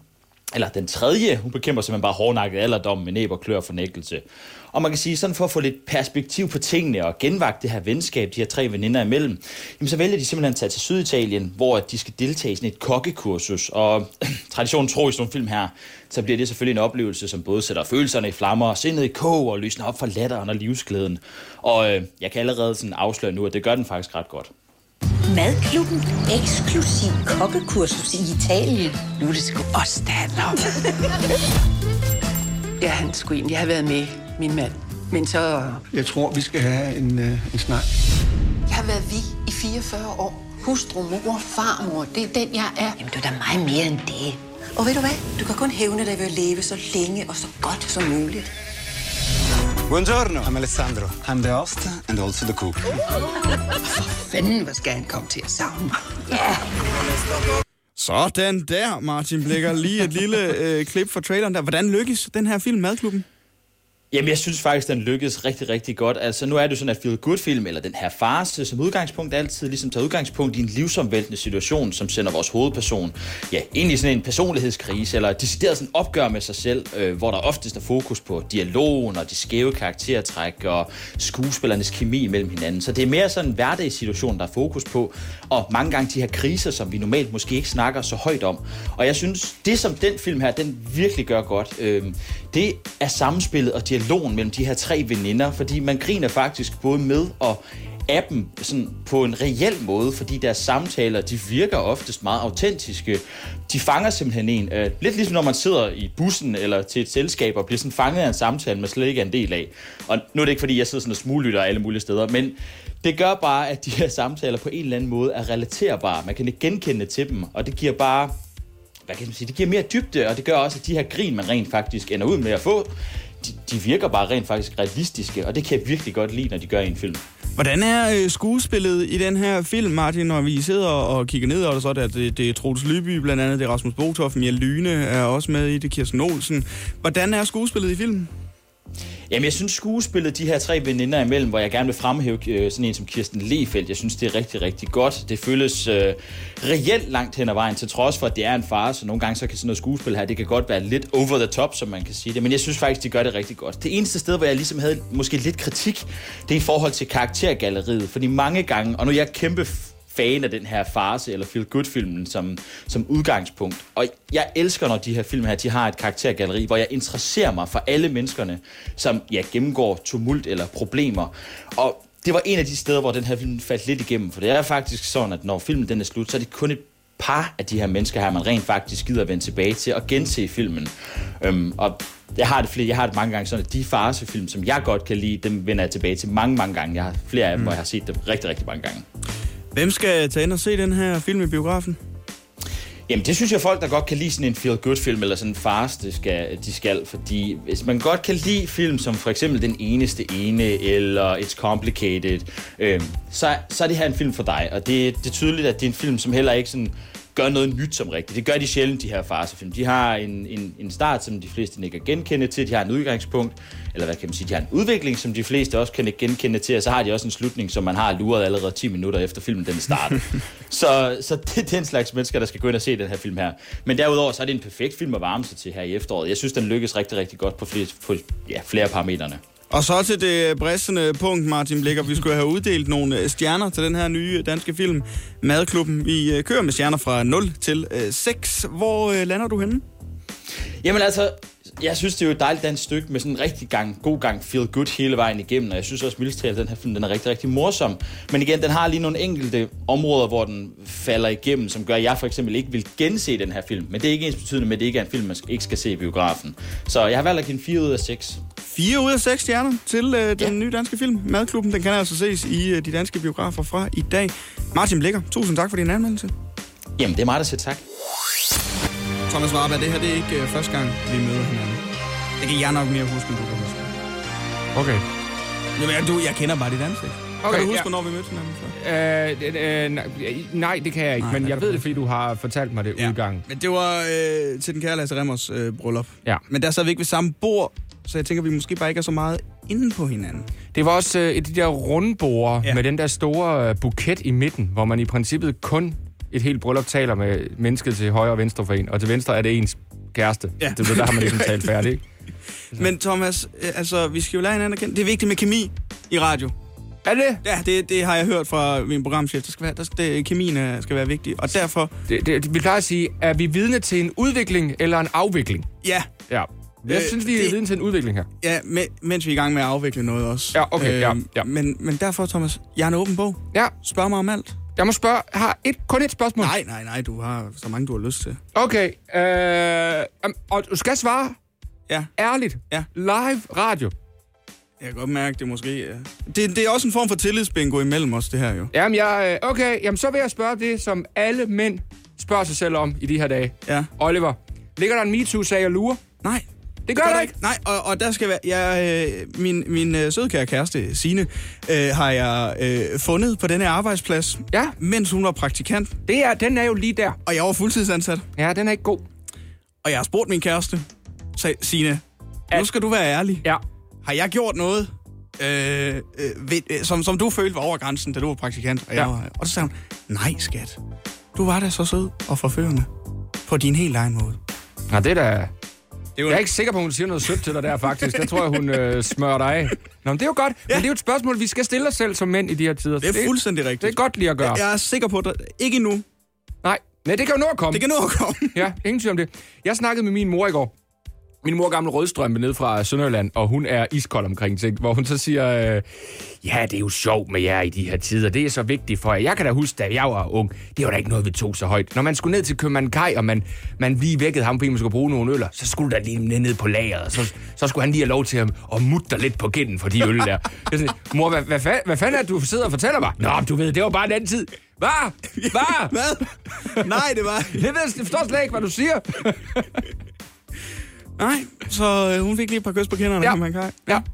den tredje, hun bekæmper simpelthen bare hårdnakket alderdom med næb og klør og fornægtelse. Og man kan sige, sådan for at få lidt perspektiv på tingene og genvagt det her venskab, de her 3 veninder imellem, jamen så vælger de simpelthen at tage til Syditalien, hvor de skal deltage i sådan et kokkekursus. Og traditionen tror i sådan nogle film her, så bliver det selvfølgelig en oplevelse, som både sætter følelserne i flammer, sindet i kog og lysner op for latteren og livsglæden. Og jeg kan allerede sådan afsløre nu, at det gør den faktisk ret godt. Madklubben. Eksklusiv kokkekursus i Italien. Nu er det sgu os, der handler om. Ja, han skulle egentlig have været med, min mand. Men så... Jeg tror, vi skal have en snak. Jeg har været vi i 44 år. Hustru, mor, farmor, det er den, jeg er. Jamen, du er da meget mere end det. Og ved du hvad? Du kan kun hævne dig ved at leve så længe og så godt som muligt. Buongiorno, I'm Alessandro. I'm the host and also the cook. Fanden, hvor skal han komme til at savne mig? Ja. Sådan der, Martin Blikker. Lige et lille klip fra traileren der. Hvordan lykkes den her film, Madklubben? Jamen, jeg synes faktisk, den lykkedes rigtig, rigtig godt. Altså, nu er det jo sådan, at feel-good-film, eller den her farce, som udgangspunkt altid ligesom tager udgangspunkt i en livsomvæltende situation, som sender vores hovedperson, egentlig sådan en personlighedskrise, eller decideret sådan opgør med sig selv, hvor der oftest er fokus på dialogen og de skæve karaktertræk og skuespillernes kemi mellem hinanden. Så det er mere sådan en hverdagssituation, der er fokus på, og mange gange de her kriser, som vi normalt måske ikke snakker så højt om. Og jeg synes, det som den film her, den virkelig gør godt, det er samspillet og dialogen mellem de her 3 veninder, fordi man griner faktisk både med og af dem sådan på en reel måde, fordi deres samtaler, de virker oftest meget autentiske. De fanger simpelthen en. Lidt ligesom når man sidder i bussen eller til et selskab og bliver sådan fanget af en samtale, man slet ikke er en del af. Og nu er det ikke, fordi jeg sidder sådan og smuglytter alle mulige steder, men det gør bare, at de her samtaler på en eller anden måde er relaterbare. Man kan ikke genkende til dem, og det giver bare... Hvad kan man sige? Det giver mere dybde, og det gør også, at de her grin, man rent faktisk ender ud med at få, de virker bare rent faktisk realistiske, og det kan jeg virkelig godt lide, når de gør i en film. Hvordan er skuespillet i den her film, Martin, når vi sidder og kigger ned, og så er det er Troels Lyby, blandt andet, det er Rasmus Botoft, Mia Lyne er også med i det, Kirsten Olsen. Hvordan er skuespillet i filmen? Jamen, jeg synes skuespillet, de her 3 veninder imellem, hvor jeg gerne vil fremhæve sådan en som Kirsten Lehfeldt, jeg synes, det er rigtig, rigtig godt. Det føles reelt langt hen ad vejen, til trods for, at det er en farce. Nogle gange så kan sådan noget skuespil her, det kan godt være lidt over the top, som man kan sige det. Men jeg synes faktisk, de gør det rigtig godt. Det eneste sted, hvor jeg ligesom havde måske lidt kritik, det er i forhold til karaktergalleriet. Fordi mange gange, og nu er jeg kæmpe fan af den her farce eller feel-good-filmen som udgangspunkt. Og jeg elsker, når de her film her, de har et karaktergalleri, hvor jeg interesserer mig for alle menneskerne, som gennemgår tumult eller problemer. Og det var en af de steder, hvor den her film faldt lidt igennem. For det er faktisk sådan, at når filmen den er slut, så er det kun et par af de her mennesker her, man rent faktisk gider at vende tilbage til og gense filmen. Og jeg har det mange gange sådan, at de farcefilm, som jeg godt kan lide, dem vender jeg tilbage til mange gange. Jeg har flere af dem, hvor jeg har set dem rigtig, rigtig mange gange. Hvem skal tage ind og se den her film i biografen? Jamen, det synes jeg, folk, der godt kan lide sådan en feel-good-film, eller sådan en farce, de skal. Fordi hvis man godt kan lide film, som for eksempel Den eneste ene, eller It's Complicated, så er det her en film for dig. Og det er tydeligt, at det er en film, som heller ikke sådan gør noget nyt som rigtigt. Det gør de sjældent, de her farcefilm. De har en start, som de fleste ikke kan genkende til. De har en udgangspunkt, eller hvad kan man sige, de har en udvikling, som de fleste også kan genkende til. Og så har de også en slutning, som man har luret allerede 10 minutter efter filmen den starter. så det er den slags mennesker, der skal gå ind og se den her film her. Men derudover, så er det en perfekt film at varme sig til her i efteråret. Jeg synes, den lykkes rigtig, rigtig godt på flere parametrene. Og så til det bristende punkt, Martin Blikker. Vi skulle have uddelt nogle stjerner til den her nye danske film, Madklubben. Vi kører med stjerner fra 0 til 6. Hvor lander du henne? Jamen altså, jeg synes, det er jo et dejligt dansk stykke med sådan en rigtig god gang feel good hele vejen igennem. Og jeg synes også, mildest talt, den her film den er rigtig, rigtig morsom. Men igen, den har lige nogle enkelte områder, hvor den falder igennem, som gør, at jeg for eksempel ikke vil gense den her film. Men det er ikke ens betydende med, at det ikke er en film, man ikke skal se i biografen. Så jeg har valgt at give en 4 ud af 6. 4 ud af 6 stjerner til den nye danske film, Madklubben. Den kan altså ses i de danske biografer fra i dag. Martin Blikker, tusind tak for din anmeldelse. Jamen, det er mig, der siger tak. Thomas Warberg, det her det er ikke første gang, vi møder hinanden. Det kan jeg nok mere huske, end du kan huske. Okay. Jamen, jeg kender bare dit ansigt. Okay, kan du huske, hvornår vi mødte hinanden før? Nej, det kan jeg ikke, men jeg ved det, fordi du har fortalt mig det udgang. Men det var til den kære Lasse Remmers bryllup. Ja. Men der sad vi ikke ved samme bord, så jeg tænker, vi måske bare ikke er så meget inde på hinanden. Det var også de der rundbord med den der store buket i midten, hvor man i princippet kun et helt bryllup taler med mennesket til højre og venstre for en, og til venstre er det ens kæreste. Ja. Det er der har man ligesom talt færdigt, ikke? Men Thomas, altså, vi skal jo lære hinanden at kende. Det er vigtigt med kemi i radio. Er det? Ja, det har jeg hørt fra min programchef. Kemien skal være vigtig, og derfor... Vi plejer at sige, er vi vidne til en udvikling eller en afvikling? Ja. Jeg synes, vi er vidne til en udvikling her. Ja, mens vi er i gang med at afvikle noget også. Ja, okay, ja. Men derfor, Thomas, jeg er en åben bog. Ja. Spørg mig om alt. Jeg må spørge, har kun et spørgsmål? Nej, du har så mange, du har lyst til. Okay, og du skal svare ærligt. Ja. Live radio. Jeg kan godt mærke, det måske... Det er også en form for tillidsbingo imellem os, det her jo. Jamen, så vil jeg spørge det, som alle mænd spørger sig selv om i de her dage. Ja. Oliver, ligger der en MeToo-sag og lurer? Nej. Det gør der ikke. Nej, og der skal være... Min sødkære kæreste, Signe, har jeg fundet på denne arbejdsplads, mens hun var praktikant. Den er jo lige der. Og jeg var fuldtidsansat. Ja, den er ikke god. Og jeg har spurgt min kæreste, Signe, nu skal du være ærlig. Ja. Har jeg gjort noget, som du følte var over grænsen, da du var praktikant? Og så sagde hun, nej skat, du var da så sød og forførende på din helt egen måde. Nej, det er da... Jeg er ikke sikker på, at hun siger noget sødt til dig der, faktisk. Der tror jeg, hun smører dig af. Nå, men det er jo godt. Ja. Men det er jo et spørgsmål, vi skal stille os selv som mænd i de her tider. Det er fuldstændig rigtigt. Det er godt lige at gøre. Jeg er sikker på, at ikke endnu. Nej, det kan jo nå at komme. Det kan nå at komme. Ja, ingen tvivl om det. Jeg snakkede med min mor i går. Min mor er gammel rødstrømpe ned fra Sønderjylland, og hun er iskold omkring ting, hvor hun så siger, ja, det er jo sjovt med jer i de her tider. Det er så vigtigt for jer. Jeg kan da huske, da jeg var ung, det var da ikke noget, vi tog så højt. Når man skulle ned til Købmand-Kaj, og man lige vækkede ham, fordi man skulle bruge nogle øller, så skulle der lige ned på lageret, og så skulle han lige have lov til at mutte dig lidt på kinden for de øl der. Jeg siger, mor, hvad fanden er det, du sidder og fortæller mig? Nå, du ved, det var bare en anden tid. Hvad? Nej, det var... Jeg forstår slet ikke, hvad du siger. Nej, så hun fik lige et par kys på kinderne. Ja.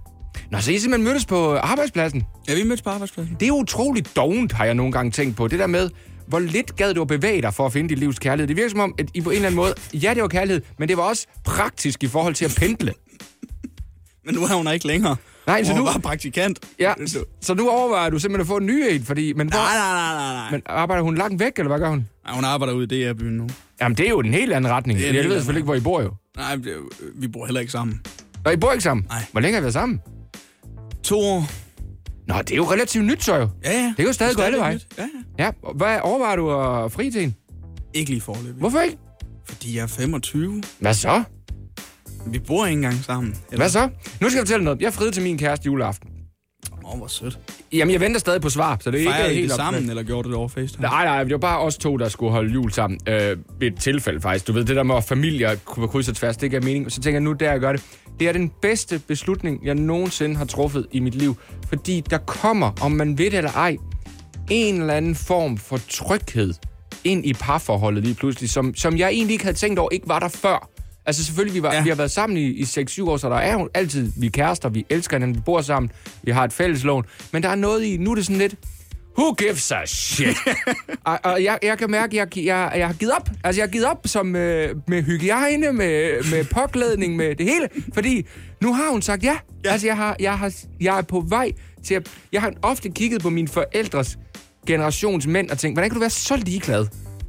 Nå, så I simpelthen mødtes på arbejdspladsen? Ja, vi mødtes på arbejdspladsen. Det er utroligt dovent, har jeg nogle gange tænkt på. Det der med, hvor lidt gad du at bevæge dig for at finde dit livs kærlighed. Det virker som om, at I på en eller anden måde, ja, det var kærlighed, men det var også praktisk i forhold til at pendle. Men nu er hun ikke længere. Nej, så nu var praktikant. Ja, så nu overvejer du simpelthen at få en ny en, fordi... Men Nej. Men arbejder hun langt væk, eller hvad gør hun? Nej, hun arbejder ude i DR-byen nu. Jamen, det er jo en helt anden retning. Jeg ved selvfølgelig ikke, hvor I bor jo. Nej, vi bor heller ikke sammen. Nå, I bor ikke sammen? Nej. Hvor længe har I været sammen? 2 år. Nå, det er jo relativt nyt, så jo. Ja. Det kan jo stadig gå alle veje. Ja. Hvad overvejer du at fri til en? Ikke lige foreløbig. Hvorfor ikke? Fordi jeg er 25. Hvad så? Vi bor ikke engang sammen. Eller? Hvad så? Nu skal jeg fortælle noget. Jeg friede til min kæreste juleaften. Hvor sødt. Jamen, jeg venter stadig på svar, så det er Fejrer ikke helt det sammen, eller gjorde du det over FaceTime? Nej, det var bare os 2, der skulle holde jul sammen. Ved et tilfælde faktisk. Du ved, det der med at familier kunne krydse og tværs, det ikke er mening. Så tænker jeg nu, der jeg gør det. Det er den bedste beslutning, jeg nogensinde har truffet i mit liv. Fordi der kommer, om man ved det eller ej, en eller anden form for tryghed ind i parforholdet lige pludselig, som jeg egentlig ikke havde tænkt over, ikke var der før. Altså selvfølgelig, vi har været sammen i 6-7 år, så der er jo altid, vi er kærester, vi elsker hinanden, vi bor sammen, vi har et fælles lån. Men der er noget i, nu er det sådan lidt, who gives a shit? og jeg kan mærke, at jeg har givet op. Altså jeg har givet op som med hygiejne, med påklædning, med det hele. Fordi nu har hun sagt ja. Altså jeg er på vej til at... Jeg har ofte kigget på mine forældres generations mænd og tænkt, hvordan kan du være så ligeglad?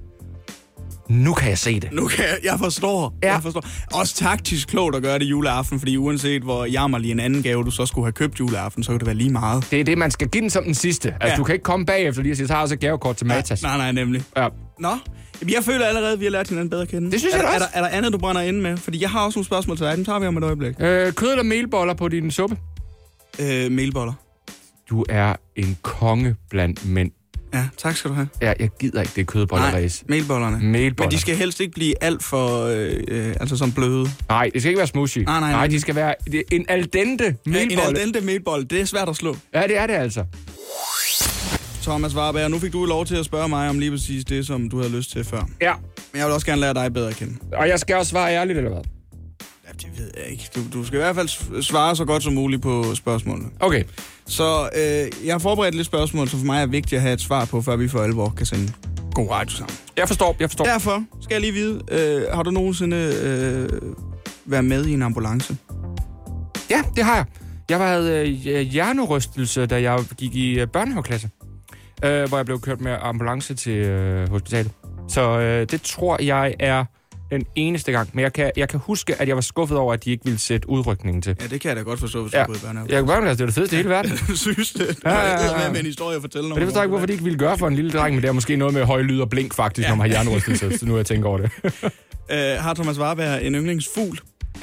Nu kan jeg se det. Jeg forstår. Ja. Jeg forstår. Også taktisk klogt at gøre det juleaften, fordi uanset hvor jammerlig en anden gave, du så skulle have købt juleaften, så kan det være lige meget. Det er det, man skal give den som den sidste. Altså, du kan ikke komme bagefter lige og sige, så har jeg også et gavekort til Matas. Nej, nemlig. Ja. Nå, jeg føler allerede, at vi har lært hinanden bedre at kende. Det synes jeg også. Er der andet, du brænder inde med? Fordi jeg har også nogle spørgsmål til dig. Dem tager vi om et øjeblik. Kød eller melboller på din suppe? Melboller. Du er en konge blandt mænd. Ja, tak skal du have. Ja, jeg gider ikke det kødbolleræs. Nej, melbollerne. Men de skal helst ikke blive alt for, altså sådan bløde. Nej, det skal ikke være smushy. Nej, de skal være en al dente melbolle. En al dente melbolle, det er svært at slå. Ja, det er det altså. Thomas Warberg, nu fik du lov til at spørge mig om lige præcis det, som du havde lyst til før. Ja. Men jeg vil også gerne lære dig bedre at kende. Og jeg skal også svare ærligt, eller hvad? Ja, det ved jeg ikke. Du skal i hvert fald svare så godt som muligt på spørgsmålene. Okay. Så jeg har forberedt lidt spørgsmål, som for mig er vigtigt at have et svar på, før vi for alvor kan sende god radio sammen. Jeg forstår. Derfor skal jeg lige vide, har du nogensinde været med i en ambulance? Ja, det har jeg. Jeg havde hjernerystelse, da jeg gik i børnehaveklasse, hvor jeg blev kørt med ambulance til hospitalet. Så det tror jeg er den eneste gang. Men jeg kan huske, at jeg var skuffet over, at de ikke ville sætte udrykningen til. Ja, det kan jeg da godt forstå, hvis du er gået i børnehave. Jeg kan børnehaveklasse, det var det fedeste i hele verden. Du synes det? Ja. Med en historie at fortælle noget. Men det forstår jeg ikke, hvorfor de ikke ville gøre for en lille dreng, men det er måske noget med høj lyd og blink faktisk, når man har hjernerystelse, så nu jeg tænker over det. Har Thomas Warberg en yndlingsfugl?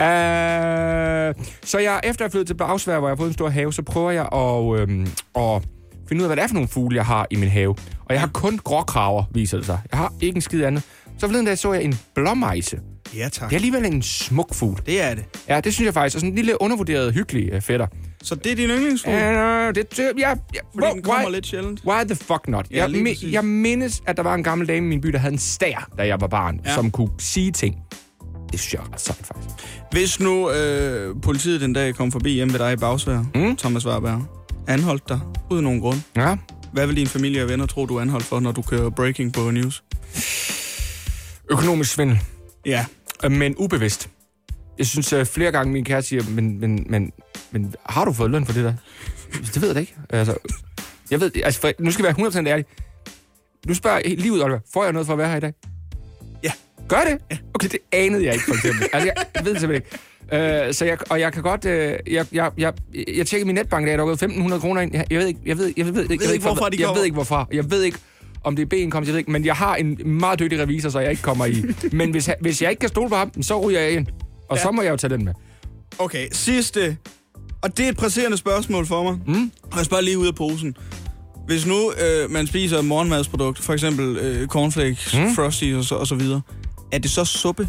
Så jeg, efter jeg flyttede til Bagsværd, hvor jeg har fået en stor have, så prøver jeg at finde ud af, hvad det er for nogle fugle, jeg har i min have. Og jeg har kun gråkraver, viser det sig. Jeg har ikke en skid andet. Så forleden dag så jeg en blåmejse. Ja, tak. Det er alligevel en smuk fugl. Det er det. Ja, det synes jeg faktisk. Og sådan en lille undervurderet, hyggelig fætter. Så det er din yndlingsfugl? Fordi den kommer lidt sjældent. Why the fuck not? Ja, jeg mindes, at der var en gammel dame i min by, der havde en stær, da jeg var barn, som kunne sige ting. Det synes jeg er ret sejt, faktisk. Hvis nu politiet den dag kom forbi hjemme ved dig i Bagsværd, Thomas Warberg, anholdt dig uden nogen grund. Ja. Hvad vil dine familie og venner tro, du er anholdt for, når du kører breaking på news? Økonomisk svindel. Ja. Men ubevidst. Jeg synes flere gange, min kæreste siger, men har du fået løn for det der? Det ved jeg ikke. Altså, jeg ved, altså, nu skal jeg være 100% ærlig. Nu spørger jeg lige ud, Oliver, får jeg noget for at være her i dag? Ja. Gør det? Ja. Okay, det anede jeg ikke, for eksempel. Altså, jeg ved det simpelthen ikke. Så jeg kan godt... Jeg tjekkede min netbank, der er gået 1.500 kroner ind. Jeg ved ikke, hvorfor de går. Jeg ved ikke, hvorfor. Jeg ved ikke, om det er B-indkomst, jeg ved ikke. Men jeg har en meget dygtig revisor, så jeg ikke kommer i. Men hvis jeg ikke kan stole på ham, så ryger jeg ind. Og så må jeg jo tage den med. Okay, sidste. Og det er et presserende spørgsmål for mig. Og jeg spørger lige ud af posen. Hvis nu man spiser et morgenmadsprodukt, for eksempel cornflakes, Frosties og så videre, er det så suppe?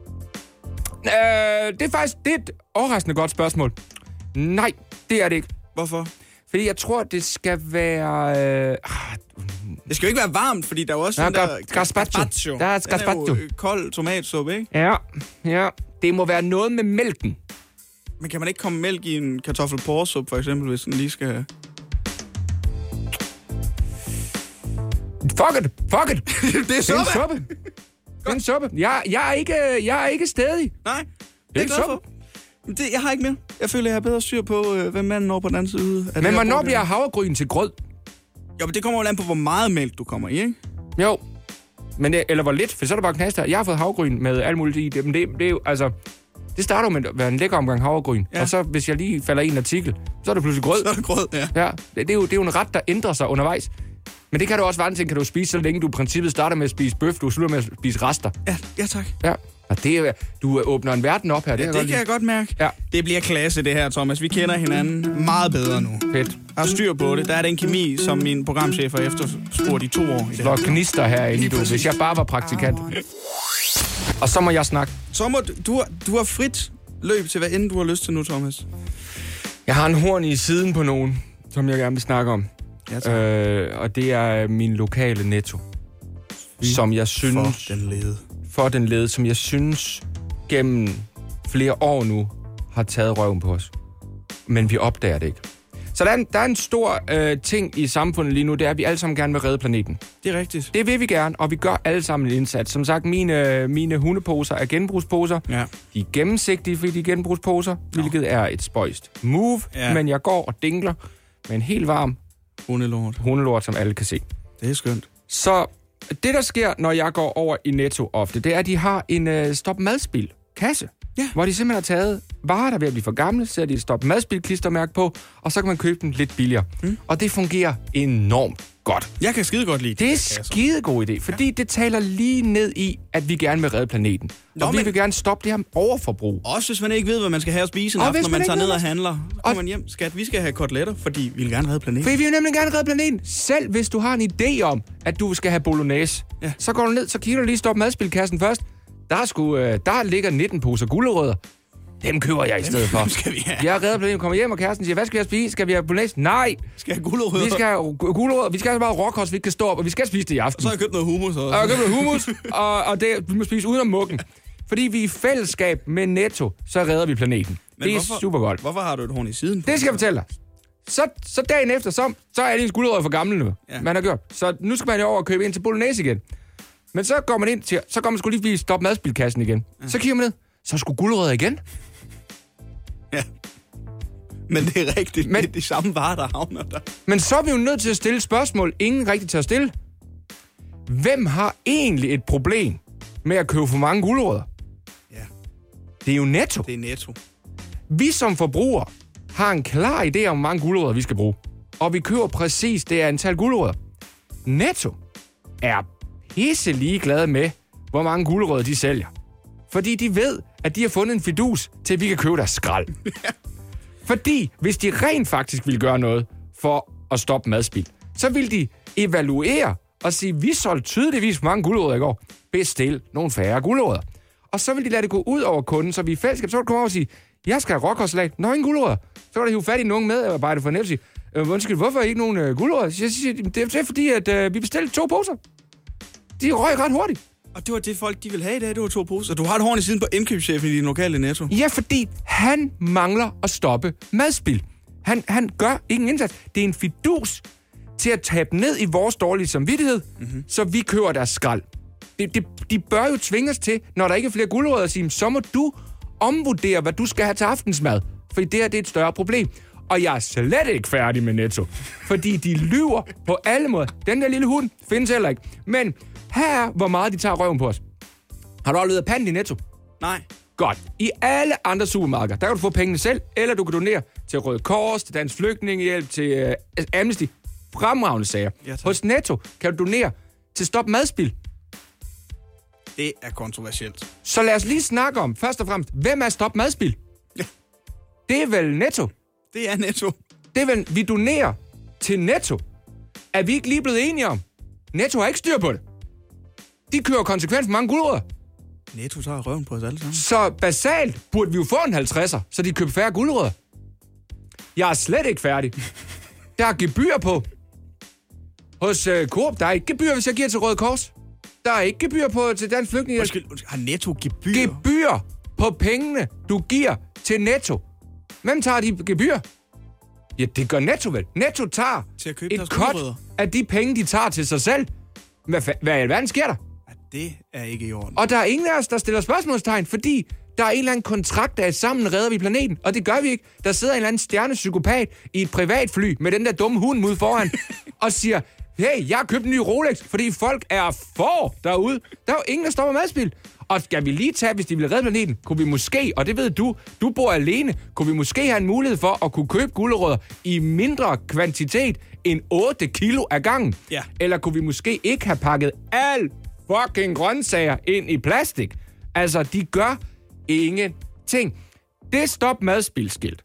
Det er et overraskende godt spørgsmål. Nej, det er det ikke. Hvorfor? Fordi jeg tror, det skal være... Det skal jo ikke være varmt, fordi der er jo også den der gazpacho. Der er gazpacho. Den er jo kold tomatsuppe, ikke? Ja. Det må være noget med mælken. Men kan man ikke komme mælk i en kartoffelporresuppe, for eksempel, hvis den lige skal... Fuck it! Det er suppe! Det er en suppe. Jeg er ikke stædig. Nej, det er glad for. Jeg har ikke mere. Jeg føler, jeg har bedre styr på, hvem manden når på den anden side. Men hvornår bliver havregryn til grød? Jo, men det kommer jo an på, hvor meget mælk du kommer i, ikke? Jo. Men eller hvor lidt, for så er der bare knaster. Jeg har fået havregryn med alt muligt i det, men det er jo, altså... Det starter jo med at være en lækker omgang havregryn. Ja. Og så, hvis jeg lige falder i en artikel, så er det pludselig grød. Så er det grød, ja. Det er jo en ret, der ændrer sig undervejs. Men det kan du også være en ting, kan du spise, så længe du i princippet starter med at spise bøf, du slutter med at spise rester. Ja tak. Ja, og det er, du åbner en verden op her. Det kan jeg godt mærke. Ja. Det bliver klasse, det her, Thomas. Vi kender hinanden meget bedre nu. Fedt. Jeg har styr på det. Der er den kemi, som min programchef har efterspurgt i 2 år. Slår gnister herinde, hvis jeg bare var praktikant. Og så må jeg snakke. Så må du har frit løb til, hvad end du har lyst til nu, Thomas. Jeg har en horn i siden på nogen, som jeg gerne vil snakke om. Ja, og det er min lokale Netto. Som jeg synes... For den lede, som jeg synes gennem flere år nu har taget røven på os. Men vi opdager det ikke. Så der er en stor ting i samfundet lige nu, det er, at vi alle sammen gerne vil redde planeten. Det er rigtigt. Det vil vi gerne, og vi gør alle sammen en indsats. Som sagt, mine hundeposer er genbrugsposer. Ja. De er gennemsigtige, fordi de er genbrugsposer, hvilket er et spøjst move. Ja. Men jeg går og dingler med en helt varm hundelort, som alle kan se. Det er skønt. Så det, der sker, når jeg går over i Netto ofte, det er, at de har en stop-madspil-kasse. Ja. Hvor de simpelthen har taget varer, der er ved at blive for gamle, så de et stop-madspil-klistermærke på, og så kan man købe dem lidt billigere. Og det fungerer enormt godt. Jeg kan skide godt lide det. Det er skide god idé, fordi det taler lige ned i, at vi gerne vil redde planeten. Og vi vil gerne stoppe det her overforbrug. Også hvis man ikke ved, hvad man skal have at spise en aften, når man tager ned og handler. Så kommer man hjem, skat, vi skal have koteletter, fordi vi vil gerne redde planeten. Fordi vi vil nemlig gerne redde planeten. Selv hvis du har en idé om, at du skal have bolognese, så går du ned, så kigger du lige stop-madspilkassen først. Der ligger 19 poser gulerødder. Dem køber jeg i stedet for. Skal vi have? Jeg redder problemet, kommer hjem, og kæresten siger, hvad skal jeg spise? Skal vi have bolognese? Nej. Skal have gulerødder? Vi skal have gulerødder. Vi skal have bare råkost, vi ikke kan stå op, og vi skal spise det i aften. Og så har jeg købt noget hummus også. Og jeg har købt noget hummus, og det, vi må spise uden om muggen. Fordi vi er i fællesskab med Netto, så redder vi planeten. Men det er super godt. Hvorfor har du et horn i siden? Det skal jeg fortælle dig. Så dagen efter, så er de gulerødder for gamle nu. Ja. Man har gjort. Så nu skal man jo over og købe ind til bolognese igen. Men så går man ind til, så går man sgu lige stoppe madspilkassen igen. Ja. Så kigger man ned, så er sgu gulerødder igen. Ja. Men det er rigtigt, det er de samme varer, der havner der. Men så er vi jo nødt til at stille spørgsmål, ingen rigtigt til at stille. Hvem har egentlig et problem med at købe for mange gulerødder? Ja. Det er jo Netto. Det er Netto. Vi som forbrugere har en klar idé om, hvor mange gulerødder vi skal bruge. Og vi køber præcis det antal gulerødder. Netto er pisse ligeglade med, hvor mange gulerødder de sælger. Fordi de ved, at de har fundet en fidus til, at vi kan købe deres skrald. Fordi hvis de rent faktisk ville gøre noget for at stoppe madspild, så ville de evaluere og sige, vi solgte tydeligvis mange gulerødder i går. Bestil nogle færre gulerødder. Og så vil de lade det gå ud over kunden, så vi i fællesskab, så vil de komme over og sige, jeg skal have råkostsalat. Nå, ingen gulerødder. Så var der hive fat i nogen medarbejder for Netto og sige, undskyld, hvorfor ikke nogen gulerødder? Så jeg siger, det er fordi, at vi bestilte 2 poser. De røg ret hurtigt. Og det var det folk, de ville have i dag, det var 2 poser. Du har et horn i siden på indkøbschefen i din lokale Netto. Ja, fordi han mangler at stoppe madspild. Han gør ingen indsats. Det er en fidus til at tabe ned i vores dårlige samvittighed, så vi køber deres skrald. De bør jo tvinge os til, når der ikke er flere gulerødder, at sige, så må du omvurdere, hvad du skal have til aftensmad. Fordi det her, det er et større problem. Og jeg er slet ikke færdig med Netto. Fordi de lyver på alle måder. Den der lille hund findes heller ikke. Men her er, hvor meget de tager røven på os. Har du aldrig pant i Netto? Nej. Godt. I alle andre supermarkeder, der kan du få pengene selv, eller du kan donere til Røde Kors, til Dansk Flygtningehjælp, til Amnesty. Fremragende sager. Ja, hos Netto kan du donere til Stop Madspild. Det er kontroversielt. Så lad os lige snakke om, først og fremmest, hvem er Stop Madspild? Ja. Det er vel Netto. Det er Netto. Det er vel, vi donerer til Netto. Er vi ikke lige blevet enige om? Netto har ikke styr på det. De kører konsekvent for mange gulerødder. Netto tager røven på os alle sammen. Så basalt burde vi jo få en 50'er, så de køber færre gulerødder. Jeg er slet ikke færdig. Der er gebyr på. Hos Coop, der er ikke gebyr, hvis jeg giver til Røde Kors. Der er ikke gebyr på til Dansk Flygtningehjælp. Har Netto gebyr? Gebyr på pengene, du giver til Netto. Hvem tager de gebyr? Ja, det gør Netto vel. Netto tager et cut af de penge, de tager til sig selv. Hvad i alverden sker der? Ja, det er ikke i orden. Og der er ingen af os, der stiller spørgsmålstegn, fordi der er en eller anden kontrakt, der er sammen redder vi planeten. Og det gør vi ikke. Der sidder en eller anden stjernepsykopat i et privatfly med den der dumme hund ude foran og siger, hey, jeg har købt en ny Rolex, fordi folk er derude. Der er jo ingen, der stopper madspil. Og skal vi lige tage, hvis de vil redde planeten, kunne vi måske, og det ved du bor alene, kunne vi måske have en mulighed for at kunne købe gulerødder i mindre kvantitet end 8 kilo ad gangen? Ja. Eller kunne vi måske ikke have pakket al fucking grøntsager ind i plastik? Altså, de gør ingenting. Det stop madspilskilt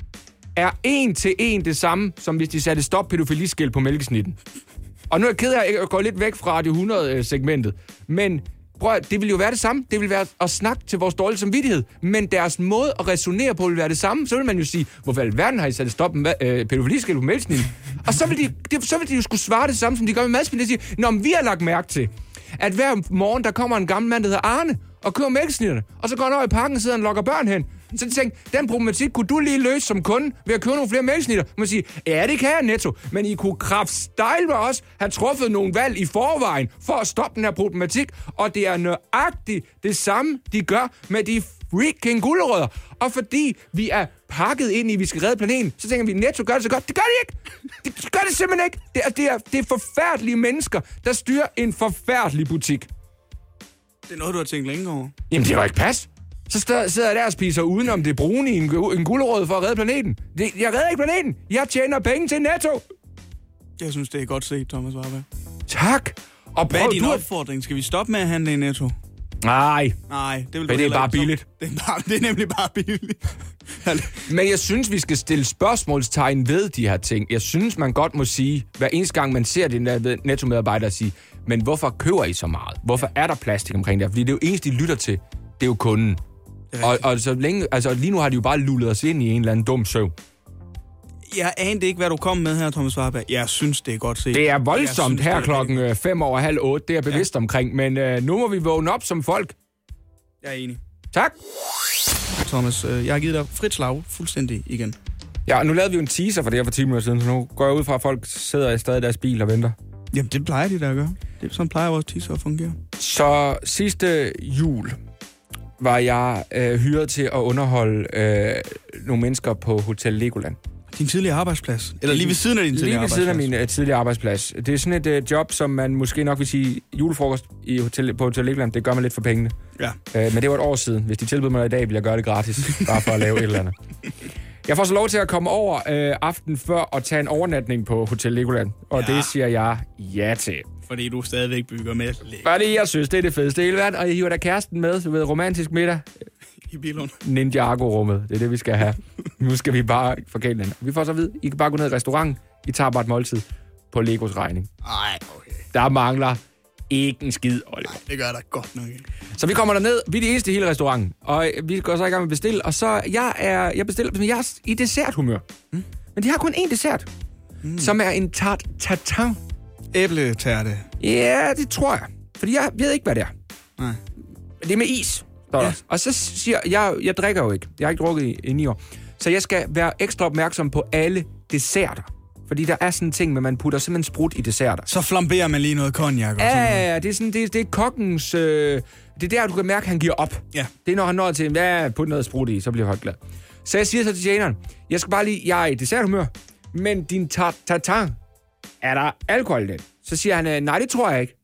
er 1 til 1 det samme, som hvis de satte stop pædofiliskilt på mælkesnitten. Og nu er jeg ked af at gå lidt væk fra Radio 100-segmentet, men prøv, det vil jo være det samme. Det vil være at snakke til vores dårlige samvittighed. Men deres måde at resonere på vil være det samme. Så vil man jo sige, hvorfor alverden har I sat stop pædofiliskilt på mælkesnitten? Og så vil de jo skulle svare det samme, som de gør med madspil. De siger, nå, men vi har lagt mærke til, at hver morgen, der kommer en gammel mand, der hedder Arne, og køber mælkesnitterne. Og så går han over i parken og sidder og lokker børn hen. Så de tænkte, den problematik kunne du lige løse som kunde ved at købe nogle flere mælkesnitter. Man siger, ja, det kan jeg, Netto, men I kunne kraftstyle med os have truffet nogle valg i forvejen for at stoppe den her problematik. Og det er nøjagtigt det samme, de gør med de freaking gulerødder. Og fordi vi er pakket ind i, vi skal redde planeten, så tænker vi, Netto gør det så godt. Det gør de ikke! De gør det simpelthen ikke! Det er forfærdelige mennesker, der styrer en forfærdelig butik. Det er noget, du har tænkt længe over. Jamen, det var ikke pas. Så sidder jeg der og spiser udenom det brune i en gulerod for at redde planeten. Jeg redder ikke planeten. Jeg tjener penge til Netto. Jeg synes, det er godt set, Thomas Warberg. Tak. Og hvad er din opfordring? Skal vi stoppe med at handle i Netto? Nej. Det vil men det er bare billigt. Det er nemlig bare billigt. Men jeg synes, vi skal stille spørgsmålstegn ved de her ting. Jeg synes, man godt må sige, hver eneste gang man ser den der Netto-medarbejder sige, men hvorfor køber I så meget? Hvorfor er der plastik omkring det? Fordi det er jo eneste, de lytter til. Det er jo kunden. Og så længe, altså lige nu har de jo bare lullet os ind i en eller anden dum søvn. Jeg anede ikke, hvad du kom med her, Thomas Warberg. Jeg synes, det er godt set. Det er voldsomt her klokken 5:05. Det er jeg bevidst omkring. Men nu må vi vågne op som folk. Jeg er enig. Tak. Thomas, jeg har givet dig frit slag fuldstændig igen. Ja, nu lavede vi jo en teaser for det her for 10 minutter siden, så nu går jeg ud fra, at folk sidder stadig i deres bil og venter. Jamen, det plejer de da at gøre. Sådan plejer vores teaser at fungere. Så sidste jul var jeg hyret til at underholde nogle mennesker på Hotel Legoland. Din tidligere arbejdsplads? Eller lige ved siden af din tidligere arbejdsplads? Lige ved siden af min tidligere arbejdsplads. Det er sådan et job, som man måske nok vil sige julefrokost på Hotel Legoland. Det gør man lidt for pengene. Ja. Men det var et år siden. Hvis de tilbyder mig i dag, vil jeg gøre det gratis. Bare for at lave et eller andet. Jeg får så lov til at komme over aften før og tage en overnatning på Hotel Legoland. Og det siger jeg ja til. Fordi du stadigvæk bygger med. Fordi jeg synes, det er det fedeste i hele verden. Og jeg hiver da kæresten med ved romantisk middag. I Billund. Ninjago-rummet. Det er det, vi skal have. Nu skal vi bare forkæle hinanden. Vi får så at vide, I kan bare gå ned i restauranten. I tager bare et måltid på Legos regning. Ej, okay. Der mangler ikke en skid, Oliver. Nej, det gør der godt nok ikke. Så vi kommer derned. Vi er de eneste i hele restauranten. Og vi går så i gang med at bestille. Og så jeg bestiller, men jeg er i desserthumør. Men de har kun én dessert. Som er en tarte tatin. Æbletærte. Ja, det tror jeg. Fordi jeg ved ikke, hvad det er. Nej. Det er med is. Ja. Og så siger jeg drikker jo ikke. Jeg har ikke drukket i 9 år. Så jeg skal være ekstra opmærksom på alle desserter. Fordi der er sådan en ting med, at man putter simpelthen sprut i desserter. Så flamberer man lige noget cognac og sådan noget. Ja, det er sådan, det er kokkens... det er der, du kan mærke, at han giver op. Ja. Det er, når han når til, put noget sprut i, så bliver jeg glad. Så jeg siger så til tjeneren, jeg skal bare lige, jeg er i desserthumør, men din tartar, er der alkohol i den? Så siger han, nej, det tror jeg ikke.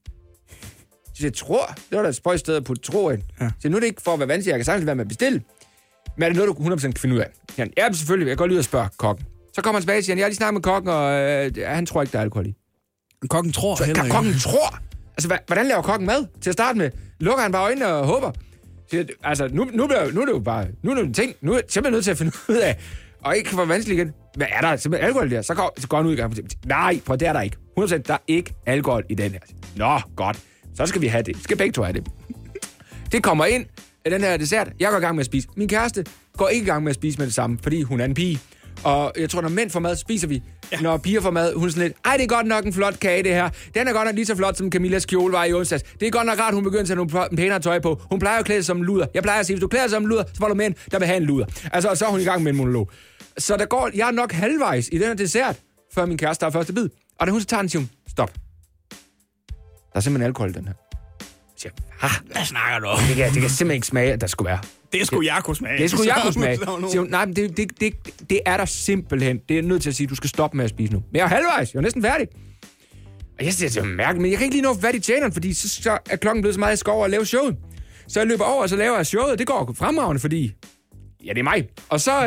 Så siger jeg, tror? Det var da et spøjt sted at putte tro ind. Ja. Så nu er det ikke for at være vanskeligt, jeg kan sagtens være med at bestille. Men er det noget, du 100% kan finde ud af? Ja, selvfølgelig. Jeg går lige ud og spørger kokken. Så kommer han tilbage og siger, jeg har lige snakket med kokken, og han tror ikke, der er alkohol i. Kokken tror heller ikke. Kokken tror? Altså, hvordan laver kokken mad til at starte med? Lukker han bare øjnene og håber? Så, altså, nu er det jo bare... Nu er det en ting. Nu er jeg simpelthen nødt til at finde ud af, og ikke for vanskeligt igen. Hvad er der simpelthen alkohol der? Så går han ud i gang. Nej, prøv, det er der ikke. 100% der er ikke alkohol i den her. Nå, godt. Så skal vi have det. Vi skal begge to have det. Det kommer ind af den her dessert. Jeg går i gang med at spise. Min kæreste går ikke i gang med at spise med det samme, fordi hun er en pige. Og jeg tror, når mænd får mad, så spiser vi. Ja. Når piger får mad, hun er sådan lidt, ej, det er godt nok en flot kage, det her. Den er godt nok lige så flot, som Camillas kjole var i onsdags. Det er godt nok rart, hun begynder at tage nogle pænere tøj på. Hun plejer at klæde sig som en luder. Jeg plejer at sige, hvis du klæder sig som en luder, så får du mænd, der vil have en luder. Altså, og så er hun i gang med en monolog. Så jeg er nok halvvejs i den her dessert, før min kæreste har første bid. Og da hun så tager den, siger hun, stop. Der er simpelthen alkohol i den her. Jeg siger, hvad snakker du om? Det kan simpelthen ikke smage, at der skulle være. Det skulle jeg kunne smage. Det skulle jeg kunne smage. Siger hun, nej, men det er der simpelthen. Det er nødt til at sige, du skal stoppe med at spise nu. Men jeg er halvvejs, jeg er næsten færdig. Og jeg siger, det er mærkeligt, men jeg kan ikke lige nå fat i tjeneren, fordi så er klokken blevet så meget, at jeg skal over og lave showet. Så jeg løber over, og så laver jeg showet, og det går fremragende, fordi... Ja, det er mig. Og så...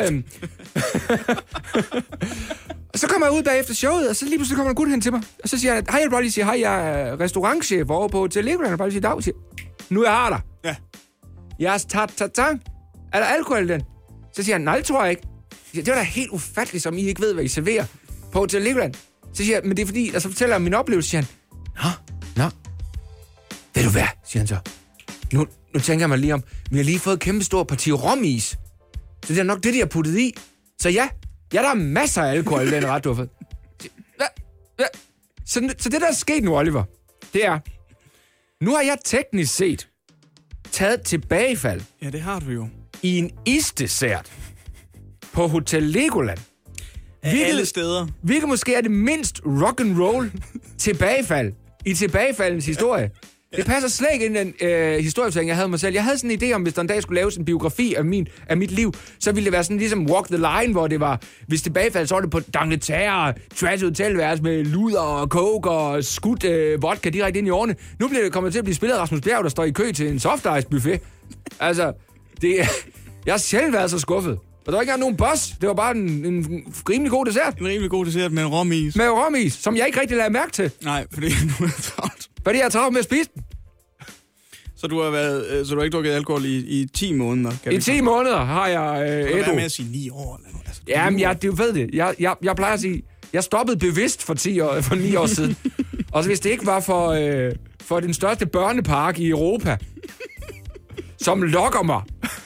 og så kommer jeg ud bagefter showet, og så lige pludselig kommer en gut hen til mig. Og så siger han, hej, jeg vil bare lige sige, hej, jeg er restaurantchef over på Hotel Legoland. Og bare lige sige, dag, siger, nu jeg har dig. Ja. Jeres tatang. Er der alkohol i den? Så siger han, nej, det tror jeg ikke. Det var da helt ufatteligt, som I ikke ved, hvad I serverer på Hotel Legoland. Så siger jeg, men det er fordi, og så fortæller jeg om min oplevelse, siger han, nå. Ved du hvad, siger han så. Nu tænker jeg mig lige om, vi har lige fået et kæmpe stort parti romis. Så det er nok det, de har puttet i. Så ja, der er masser af alkohol i den ret, du har fået. Hvad? Så det, der er sket nu, Oliver, det er, nu har jeg teknisk set taget tilbagefald. Ja, det har du jo. I en isdessert på Hotel Legoland. Alle steder. Hvilket måske er det mindst rock and roll tilbagefald i tilbagefaldens historie. Det passer slet ikke ind i den historiefortælling, jeg havde mig selv. Jeg havde sådan en idé om, hvis der en dag skulle laves en biografi af mit liv, så ville det være sådan ligesom Walk the Line, hvor det var, hvis tilbagefald, så var det på D'Angleterre, trash hotelværelse med luder og coke og skudt vodka direkte ind i årene. Nu kommer det til at blive spillet Rasmus Bjerg, der står i kø til en soft ice buffet. Altså, jeg har sjældent været så skuffet. Og der var ikke engang nogen boss. Det var bare en rimelig god dessert. En rimelig god dessert med en romis. Med romis, som jeg ikke rigtig lagde mærke til. Nej, fordi nu er travlt. Fordi jeg er travlt med at spise den. Så du har ikke drukket alkohol i 10 måneder? I 10 måneder har jeg ædru. Hvad med at sige 9 år? Altså, jamen, du ved det. Jeg plejer at sige, jeg stoppede bevidst for 9 år siden. Og så hvis det ikke var for den største børnepark i Europa, som lokker mig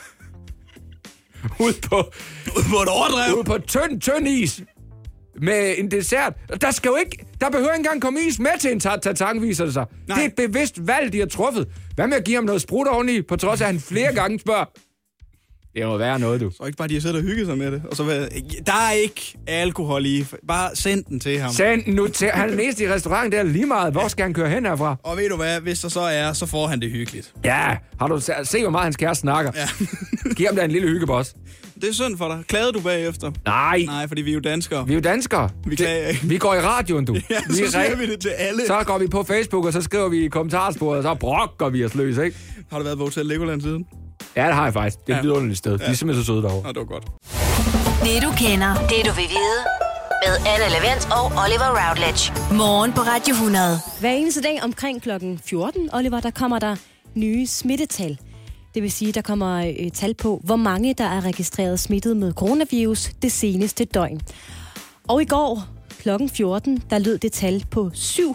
ud på et overdrev. Ud på tynd is med en dessert. Der behøver ikke engang komme is med til en tatang, viser det sig. Nej. Det er et bevidst valg, de har truffet. Hvad med at give ham noget sprut oveni, på trods af, at han flere gange spørger? Det er jo værre noget, du. Så ikke bare, de har siddet og hygget sig med det. Og så der er ikke alkohol i. Bare send den til ham. Send den nu til. Han er den eneste i restauranten, der er lige meget. Hvor skal han køre hen herfra? Og ved du hvad, hvis der så er, så får han det hyggeligt. Ja, har du se, hvor meget hans kæreste snakker? Ja. Giv ham da en lille hyggeboss. Det er synd for dig. Klagede du bagefter? Nej, fordi vi er jo danskere. Vi er jo danskere. Vi klager ikke. Vi går i radioen, du. Ja, så siger vi det til alle. Så går vi på Facebook, og så skriver vi i kommentarsporet, og så brokker vi os løs, ikke? Har du været på Hotel Legoland siden? Ja, det har jeg faktisk. Det er et vidunderligt sted. De er simpelthen så søde derovre. Ja, det var godt. Det du kender, det du vil vide. Med Anne Levent og Oliver Routledge. Morgen på Radio 100. Hver eneste dag omkring klokken 14, Oliver, der kommer der nye smittetal. Det vil sige, der kommer tal på, hvor mange der er registreret smittet med coronavirus det seneste døgn. Og i går klokken 14, der lød det tal på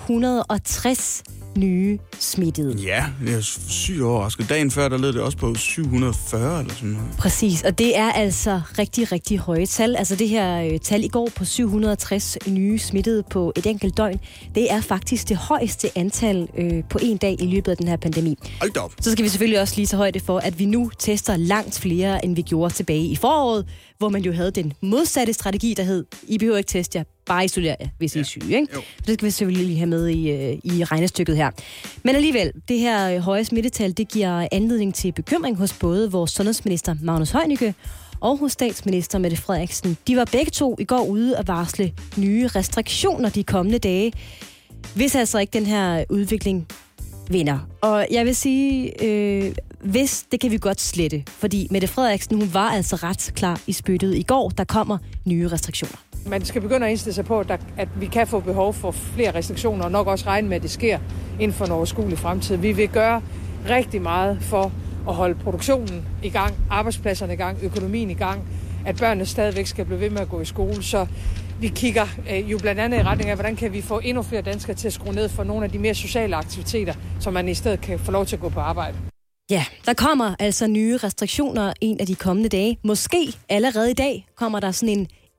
760 nye smittede. Ja, det er sygt overrasket. Dagen før, der lød det også på 740 eller sådan noget. Præcis, og det er altså rigtig, rigtig høje tal. Altså det her tal i går på 760 nye smittede på et enkelt døgn, det er faktisk det højeste antal på en dag i løbet af den her pandemi. Hold da op. Så skal vi selvfølgelig også lige tage højde for, at vi nu tester langt flere, end vi gjorde tilbage i foråret, hvor man jo havde den modsatte strategi, der hed, I behøver ikke teste jer, bare isolere jer, hvis I er syge. Ikke? Det skal vi selvfølgelig lige have med i regnestykket her. Men alligevel, det her høje smittetal, det giver anledning til bekymring hos både vores sundhedsminister Magnus Heunicke og hos statsminister Mette Frederiksen. De var begge to i går ude at varsle nye restriktioner de kommende dage, hvis altså ikke den her udvikling vinder. Og jeg vil sige, hvis det kan vi godt slette, fordi Mette Frederiksen, hun var altså ret klar i spyttet i går. Der kommer nye restriktioner. Man skal begynde at indstille sig på, at vi kan få behov for flere restriktioner, og nok også regne med, at det sker inden for en overskuelig fremtid. Vi vil gøre rigtig meget for at holde produktionen i gang, arbejdspladserne i gang, økonomien i gang, at børnene stadigvæk skal blive ved med at gå i skole. Så vi kigger jo blandt andet i retning af, hvordan kan vi få endnu flere danskere til at skrue ned for nogle af de mere sociale aktiviteter, så man i stedet kan få lov til at gå på arbejde. Ja, der kommer altså nye restriktioner en af de kommende dage. Måske allerede i dag kommer der sådan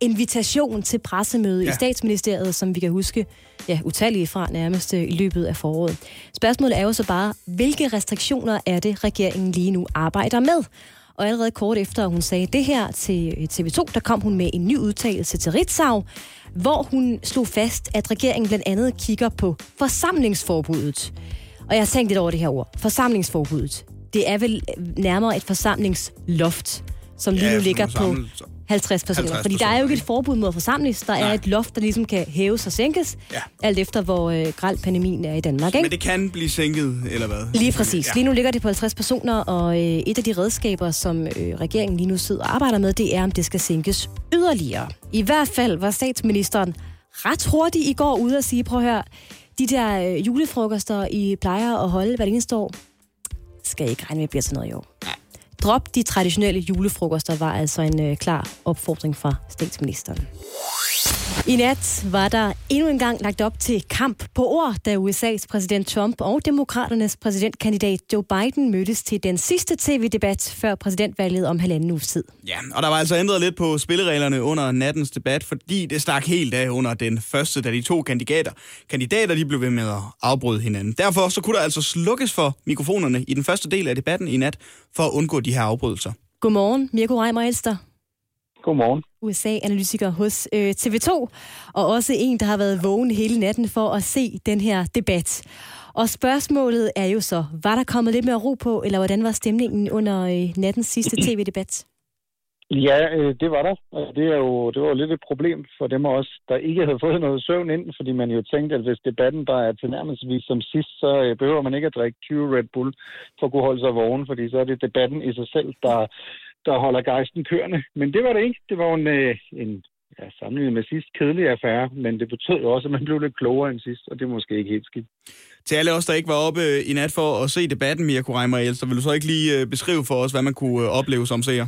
invitation til pressemøde i Statsministeriet, som vi kan huske utallige fra nærmest i løbet af foråret. Spørgsmålet er jo så bare, hvilke restriktioner er det, regeringen lige nu arbejder med? Og allerede kort efter, hun sagde det her til TV2, der kom hun med en ny udtalelse til Ritzau, hvor hun slog fast, at regeringen blandt andet kigger på forsamlingsforbuddet. Og jeg har tænkt lidt over det her ord. Forsamlingsforbuddet. Det er vel nærmere et forsamlingsloft, som lige nu ligger på 50 personer. Fordi der er jo ikke et forbud mod at forsamles. Der er et loft, der ligesom kan hæves og sænkes, alt efter hvor grel pandemien er i Danmark. Ikke? Men det kan blive sænket, eller hvad? Lige præcis. Ja. Lige nu ligger det på 50 personer, og et af de redskaber, som regeringen lige nu sidder og arbejder med, det er, om det skal sænkes yderligere. I hvert fald var statsministeren ret hurtig i går ude og sige, prøv at høre, de der julefrokoster, I plejer at holde hvert eneste år, skal I ikke regne med, at bliver til noget i år. Drop de traditionelle julefrokoster var altså en klar opfordring fra statsministeren. I nat var der endnu en gang lagt op til kamp på ord, da USA's præsident Trump og demokraternes præsidentkandidat Joe Biden mødtes til den sidste tv-debat før præsidentvalget om 1,5 uges tid. Ja, og der var altså ændret lidt på spillereglerne under nattens debat, fordi det stak helt af under den første, da de to kandidater de blev ved med at afbryde hinanden. Derfor så kunne der altså slukkes for mikrofonerne i den første del af debatten i nat, for at undgå de her afbrydelser. Godmorgen, Mirko Reimer-Elster. Godmorgen. USA-analytiker hos TV2, og også en, der har været vågen hele natten for at se den her debat. Og spørgsmålet er jo så, var der kommet lidt mere ro på, eller hvordan var stemningen under nattens sidste tv-debat? Ja, det var der. Det var lidt et problem for dem af os, der ikke havde fået noget søvn ind, fordi man jo tænkte, at hvis debatten der er tilnærmelsesvis som sidst, så behøver man ikke at drikke 20 Red Bull for at kunne holde sig vågen, fordi så er det debatten i sig selv, der holder gejsten kørende. Men det var det ikke. Det var jo en sammenlignet med sidst kedelig affære, men det betød jo også, at man blev lidt klogere end sidst, og det er måske ikke helt skidt. Til alle os, der ikke var oppe i nat for at se debatten, Mirko Reimer-Elster, vil du så ikke lige beskrive for os, hvad man kunne opleve som seer?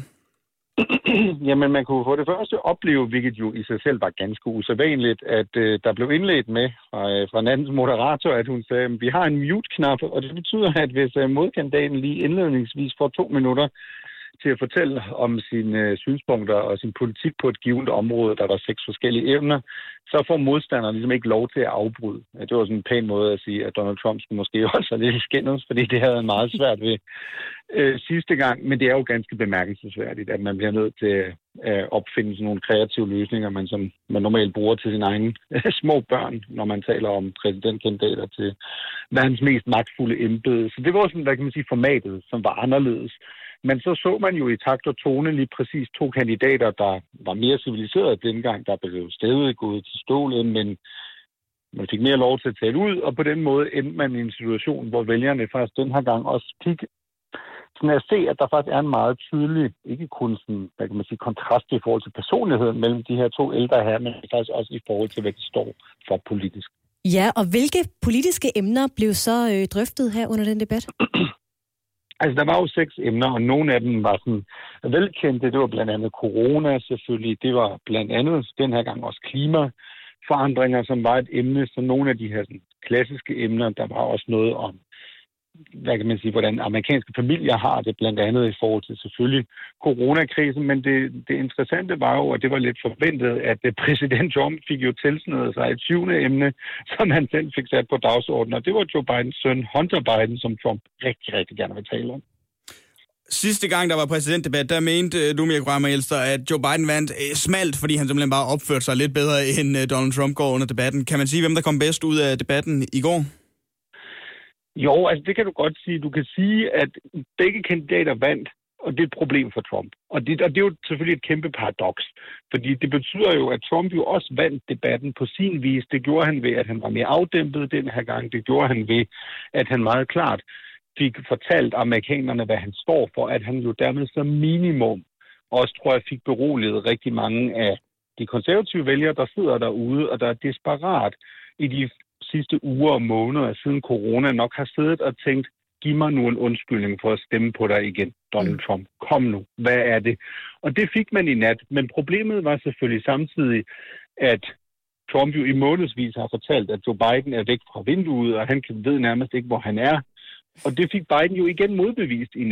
Jamen, man kunne for det første opleve, hvilket jo i sig selv var ganske usædvanligt, at der blev indledt med fra nattens moderator, at hun sagde, at vi har en mute-knap, og det betyder, at hvis modkandidaten lige indledningsvis får 2 minutter til at fortælle om sine synspunkter og sin politik på et givet område, der var 6 forskellige emner, så får modstanderen ligesom ikke lov til at afbryde. Det var sådan en pæn måde at sige, at Donald Trump skulle måske holde sig lidt i skindet, fordi det havde meget svært ved sidste gang. Men det er jo ganske bemærkelsesværdigt, at man bliver nødt til at opfinde sådan nogle kreative løsninger, som man normalt bruger til sine egne små børn, når man taler om præsidentkandidater til verdens mest magtfulde embede. Så det var sådan, hvad kan man sige, formatet, som var anderledes. Men så man jo i takt og tone lige præcis 2 kandidater, der var mere civiliserede dengang, der blev stadig gået til stålet, men man fik mere lov til at tale ud, og på den måde endte man i en situation, hvor vælgerne faktisk den her gang også fik sådan at se, at der faktisk er en meget tydelig, ikke kun sådan, hvad kan man sige, kontrast i forhold til personligheden mellem de her 2 ældre her, men faktisk også i forhold til, hvad de står for politisk. Ja, og hvilke politiske emner blev så drøftet her under den debat? Altså, der var jo 6 emner, og nogle af dem var sådan velkendte. Det var blandt andet corona selvfølgelig. Det var blandt andet den her gang også klimaforandringer, som var et emne. Så nogle af de her sådan, klassiske emner, der var også noget om, hvad kan man sige, hvordan amerikanske familier har det, blandt andet i forhold til selvfølgelig coronakrisen. Men det interessante var jo, og det var lidt forventet, at præsident Trump fik jo tilsnøret sig et 7. emne, som han selv fik sat på dagsordenen. Og det var Joe Bidens søn, Hunter Biden, som Trump rigtig, rigtig gerne vil tale om. Sidste gang, der var præsidentdebat, der mente du, Mirko Reimer-Elster, at Joe Biden vandt smalt, fordi han simpelthen bare opførte sig lidt bedre, end Donald Trump går under debatten. Kan man sige, hvem der kom bedst ud af debatten i går? Jo, altså det kan du godt sige. Du kan sige, at begge kandidater vandt, og det er et problem for Trump. Og det er jo selvfølgelig et kæmpe paradoks, fordi det betyder jo, at Trump jo også vandt debatten på sin vis. Det gjorde han ved, at han var mere afdæmpet den her gang. Det gjorde han ved, at han meget klart fik fortalt amerikanerne, hvad han står for, at han jo dermed som minimum også, tror jeg, fik beroliget rigtig mange af de konservative vælgere, der sidder derude, og der er desperat i de sidste uger og måneder siden corona nok har siddet og tænkt, giv mig nu en undskyldning for at stemme på dig igen, Donald Trump. Kom nu, hvad er det? Og det fik man i nat, men problemet var selvfølgelig samtidig, at Trump jo i månedsvis har fortalt, at Joe Biden er væk fra vinduet, og han ved nærmest ikke, hvor han er. Og det fik Biden jo igen modbevist i nat.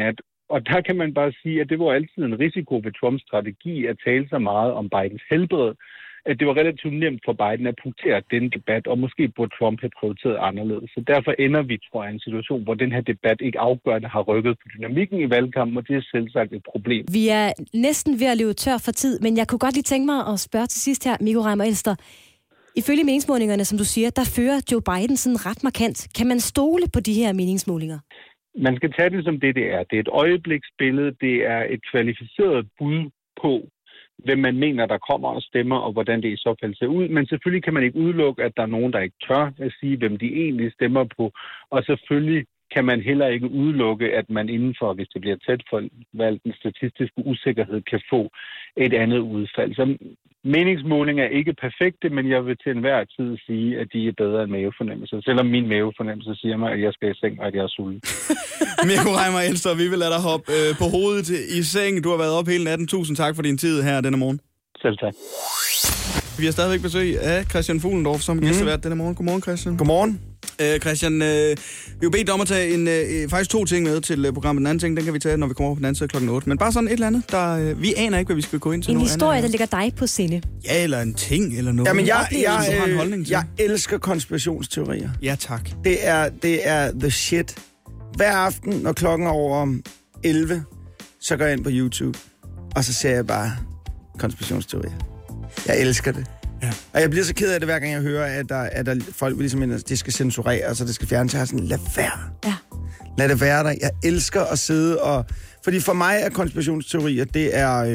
Og der kan man bare sige, at det var altid en risiko ved Trumps strategi at tale så meget om Bidens helbred, at det var relativt nemt for Biden at punktere den debat, og måske burde Trump have prioriteret anderledes. Så derfor ender vi, tror jeg, i en situation, hvor den her debat ikke afgørende har rykket på dynamikken i valgkampen, og det er selvsagt et problem. Vi er næsten ved at løbe tør for tid, men jeg kunne godt lige tænke mig at spørge til sidst her, Mikko Reimer Elster. Ifølge meningsmålingerne, som du siger, der fører Joe Biden sådan ret markant. Kan man stole på de her meningsmålinger? Man skal tage det som det er. Det er et øjebliksbillede, det er et kvalificeret bud på, hvem man mener, der kommer og stemmer, og hvordan det i så fald ser ud. Men selvfølgelig kan man ikke udelukke, at der er nogen, der ikke tør at sige, hvem de egentlig stemmer på. Og selvfølgelig kan man heller ikke udelukke, at man indenfor, hvis det bliver tæt for valg, den statistiske usikkerhed kan få et andet udfald. Så meningsmålinger er ikke perfekte, men jeg vil til enhver tid sige, at de er bedre end mavefornemmelser. Selvom min mavefornemmelse siger mig, at jeg skal i seng, og at jeg er sulten. Mikko Reimer Elster, vi vil lade dig hoppe på hovedet i seng. Du har været op hele natten. Tusind tak for din tid her denne morgen. Selv tak. Vi har stadigvæk besøg af Christian Fuglendorf som gæstevært denne morgen. Godmorgen, Christian. Godmorgen. Christian, vi har bedt om at tage faktisk 2 ting med til programmet. Den anden ting, den kan vi tage, når vi kommer over på den anden side kl. 8. Men bare sådan et eller andet, der vi aner ikke, hvad vi skal gå ind til. En nu. historie, der ligger dig på sinde. Ja, eller en ting, eller noget. Jamen, jeg elsker konspirationsteorier. Ja, tak. Det er the shit. Hver aften, når klokken er over 11, så går jeg ind på YouTube, og så ser jeg bare konspirationsteorier. Jeg elsker det. Ja. Og jeg bliver så ked af det, hver gang jeg hører, at der folk vil ligesom, at det skal censurere, så det skal fjernes. Jeg er sådan, lad være. Ja. Lad det være der. Jeg elsker at sidde og... Fordi for mig er konspirationsteorier, det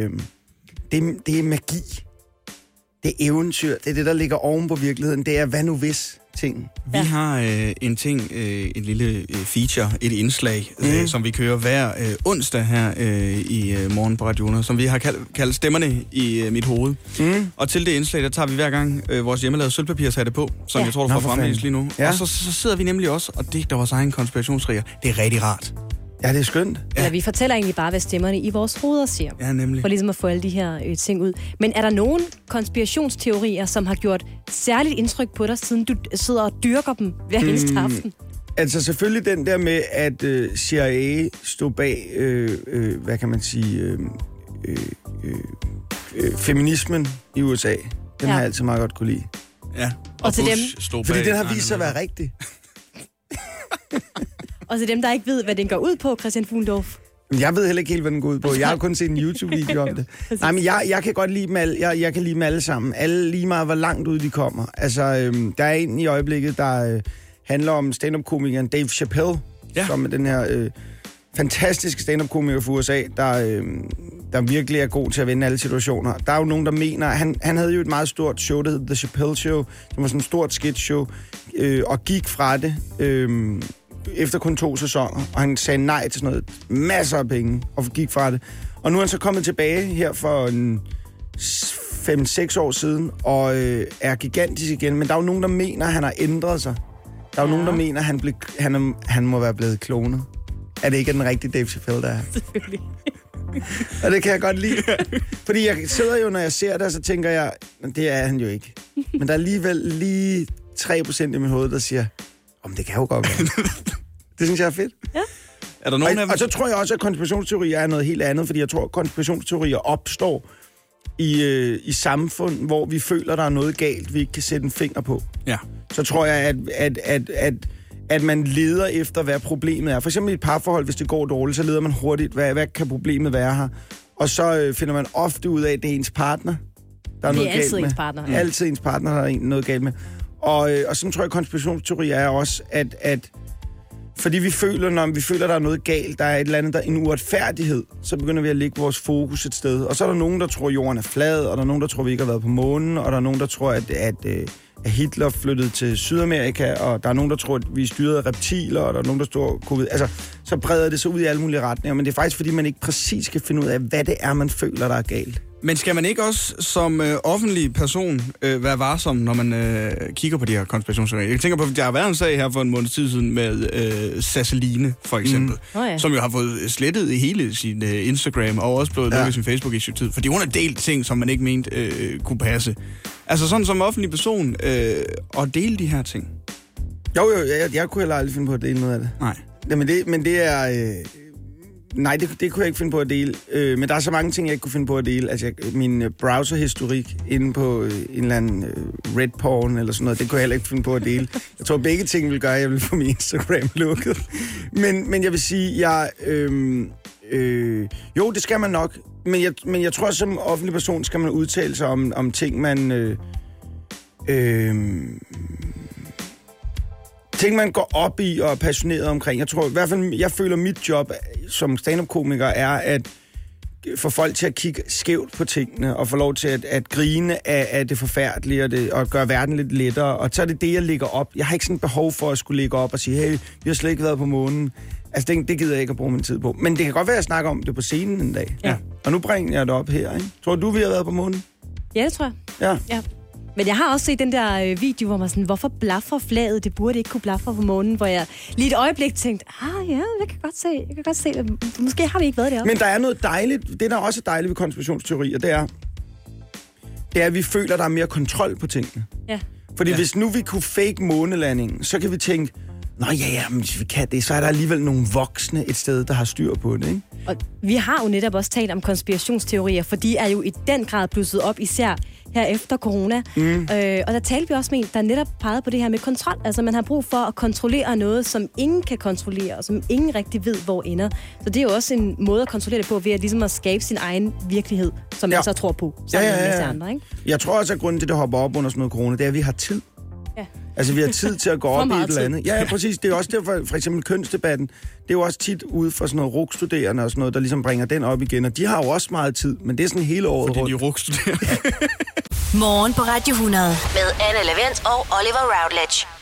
er magi. Det er eventyr. Det er det, der ligger oven på virkeligheden. Det er hvad nu hvis ting. Vi har en ting, en lille feature, et indslag, som vi kører hver onsdag her i morgen på Radio 100, som vi har kaldt stemmerne i mit hoved. Og til det indslag, der tager vi hver gang vores hjemmelavede sølvpapirshatte på, som jeg tror, du får fremvist lige nu. Ja. Og så sidder vi nemlig også og digter vores egen konspirationsteorier. Det er rigtig rart. Ja, det er skønt. Ja. Eller vi fortæller egentlig bare, hvad stemmerne i vores hoveder siger. Ja, nemlig. For ligesom at få alle de her ting ud. Men er der nogen konspirationsteorier, som har gjort særligt indtryk på dig, siden du sidder og dyrker dem hver eneste aften? Altså selvfølgelig den der med, at CIA stod bag, hvad kan man sige, feminismen i USA. Den har jeg altid meget godt kunne lide. Ja. Og til dem. Fordi den har vist sig at være rigtig. Og til dem, der ikke ved, hvad den går ud på, Christian Fuglendorf. Jeg ved heller ikke helt, hvad den går ud på. Jeg har kun set en YouTube-video om det. Nej, men jeg kan godt lide dem alle. Jeg kan lide dem alle sammen. Alle lige meget, hvor langt ud de kommer. Altså, der er en i øjeblikket, der handler om stand-up-komikeren Dave Chappelle, som er den her fantastiske stand-up-komiker fra USA, der virkelig er god til at vende alle situationer. Der er jo nogen, der mener... Han havde jo et meget stort show, der hed The Chappelle Show. Det var sådan et stort sketch-show, og gik fra det... efter kun 2 sæsoner, og han sagde nej til sådan noget, masser af penge, og gik fra det. Og nu er han så kommet tilbage her for 5-6 år siden, og er gigantisk igen, men der er jo nogen, der mener, at han har ændret sig. Der er jo nogen, der mener, at han må være blevet klonet. Er det ikke den rigtige Dave Chappelle, der er? Selvfølgelig. Og det kan jeg godt lide. Fordi jeg sidder jo, når jeg ser det, så tænker jeg, det er han jo ikke. Men der er alligevel lige 3% i mit hoved, der siger, det kan jo godt være. Det synes jeg er fedt. Ja. Er der nogen og så tror jeg også, at konspirationsteorier er noget helt andet, fordi jeg tror, at konspirationsteorier opstår i samfund, hvor vi føler, der er noget galt, vi ikke kan sætte en finger på. Ja. Så tror jeg, at man leder efter, hvad problemet er. For eksempel i et parforhold, hvis det går dårligt, så leder man hurtigt, hvad kan problemet være her? Og så finder man ofte ud af, at det er ens partner, der er noget galt med. Det er altid ens partner. Ja. Altid ens partner, der er noget galt med. Og sådan tror jeg, konspirationsteorier er også, at fordi vi føler, når vi føler, der er noget galt, der er et eller andet, der er en uretfærdighed, så begynder vi at lægge vores fokus et sted. Og så er der nogen, der tror, jorden er flad, og der er nogen, der tror, vi ikke har været på månen, og der er nogen, der tror, at Hitler flyttede til Sydamerika, og der er nogen, der tror, at vi er styret af reptiler, og der er nogen, der tror, covid. Altså, så breder det sig ud i alle mulige retninger, men det er faktisk, fordi man ikke præcis kan finde ud af, hvad det er, man føler, der er galt. Men skal man ikke også som offentlig person være varsom, når man kigger på de her konspirationsteorier? Jeg tænker på, at der har været en sag her for en måned tid siden med Sasseline, for eksempel, som jo har fået slettet i hele sin Instagram, og også blevet lukket sin Facebook i sin tid, fordi hun har delt ting, som man ikke mente kunne passe. Altså sådan som offentlig person at dele de her ting. Jo, jeg kunne heller aldrig finde på at dele noget af det. Nej. Ja, men det er... Nej, det kunne jeg ikke finde på at dele. Men der er så mange ting, jeg ikke kunne finde på at dele. Altså, min browserhistorik inde på en eller anden red porn eller sådan noget, det kunne jeg heller ikke finde på at dele. Jeg tror, begge ting vil gøre, at jeg vil få min Instagram lukket. Men jeg vil sige, jo, det skal man nok. Men jeg tror, som offentlig person skal man udtale sig om ting, ting, man går op i og er passioneret omkring. Jeg tror i hvert fald, jeg føler, mit job som stand-up-komiker er at få folk til at kigge skævt på tingene og få lov til at grine af det forfærdelige og gøre verden lidt lettere. Og så er det, jeg lægger op. Jeg har ikke sådan et behov for at skulle lægge op og sige, hey, vi har slet ikke været på månen. Altså, det gider jeg ikke at bruge min tid på. Men det kan godt være, at jeg snakker om det på scenen en dag. Ja. Og nu bringer jeg det op her, ikke? Tror du, vi har været på månen? Ja, det tror jeg. Ja. Men jeg har også set den der video, hvor man sådan, hvorfor blaffer flaget? Det burde ikke kunne blaffe på månen, hvor jeg lige et øjeblik tænkte, ja, jeg kan godt se, måske har vi ikke været deroppe. Men der er noget dejligt, det der også er dejligt ved konspirationsteorier, det er, at vi føler, at der er mere kontrol på tingene. Ja. Fordi hvis nu vi kunne fake månelandingen, så kan vi tænke, nå ja, men hvis vi kan det, så er der alligevel nogle voksne et sted, der har styr på det, ikke? Og vi har jo netop også talt om konspirationsteorier, for de er jo i den grad blusset op, især her efter corona. Og der talte vi også med en, der netop pegede på det her med kontrol. Altså, man har brug for at kontrollere noget, som ingen kan kontrollere, og som ingen rigtig ved, hvor ender. Så det er jo også en måde at kontrollere det på, ved at ligesom at skabe sin egen virkelighed, som man så tror på, sammen med en masse andre, ikke? Jeg tror også, at grunden til, at det hopper op under sådan noget corona, det er, at vi har tid. Ja. Altså, vi har tid til at gå op i et eller andet. Ja, præcis. Det er også derfor, for eksempel kønsdebatten, det er jo også tit ude for sådan noget RUC-studerende og sådan noget, der ligesom bringer den op igen. Og de har jo også meget tid, men det er sådan hele året rundt. Fordi de RUC-studerende. Morgen på Radio 100 med Anne Levent og Oliver Routledge.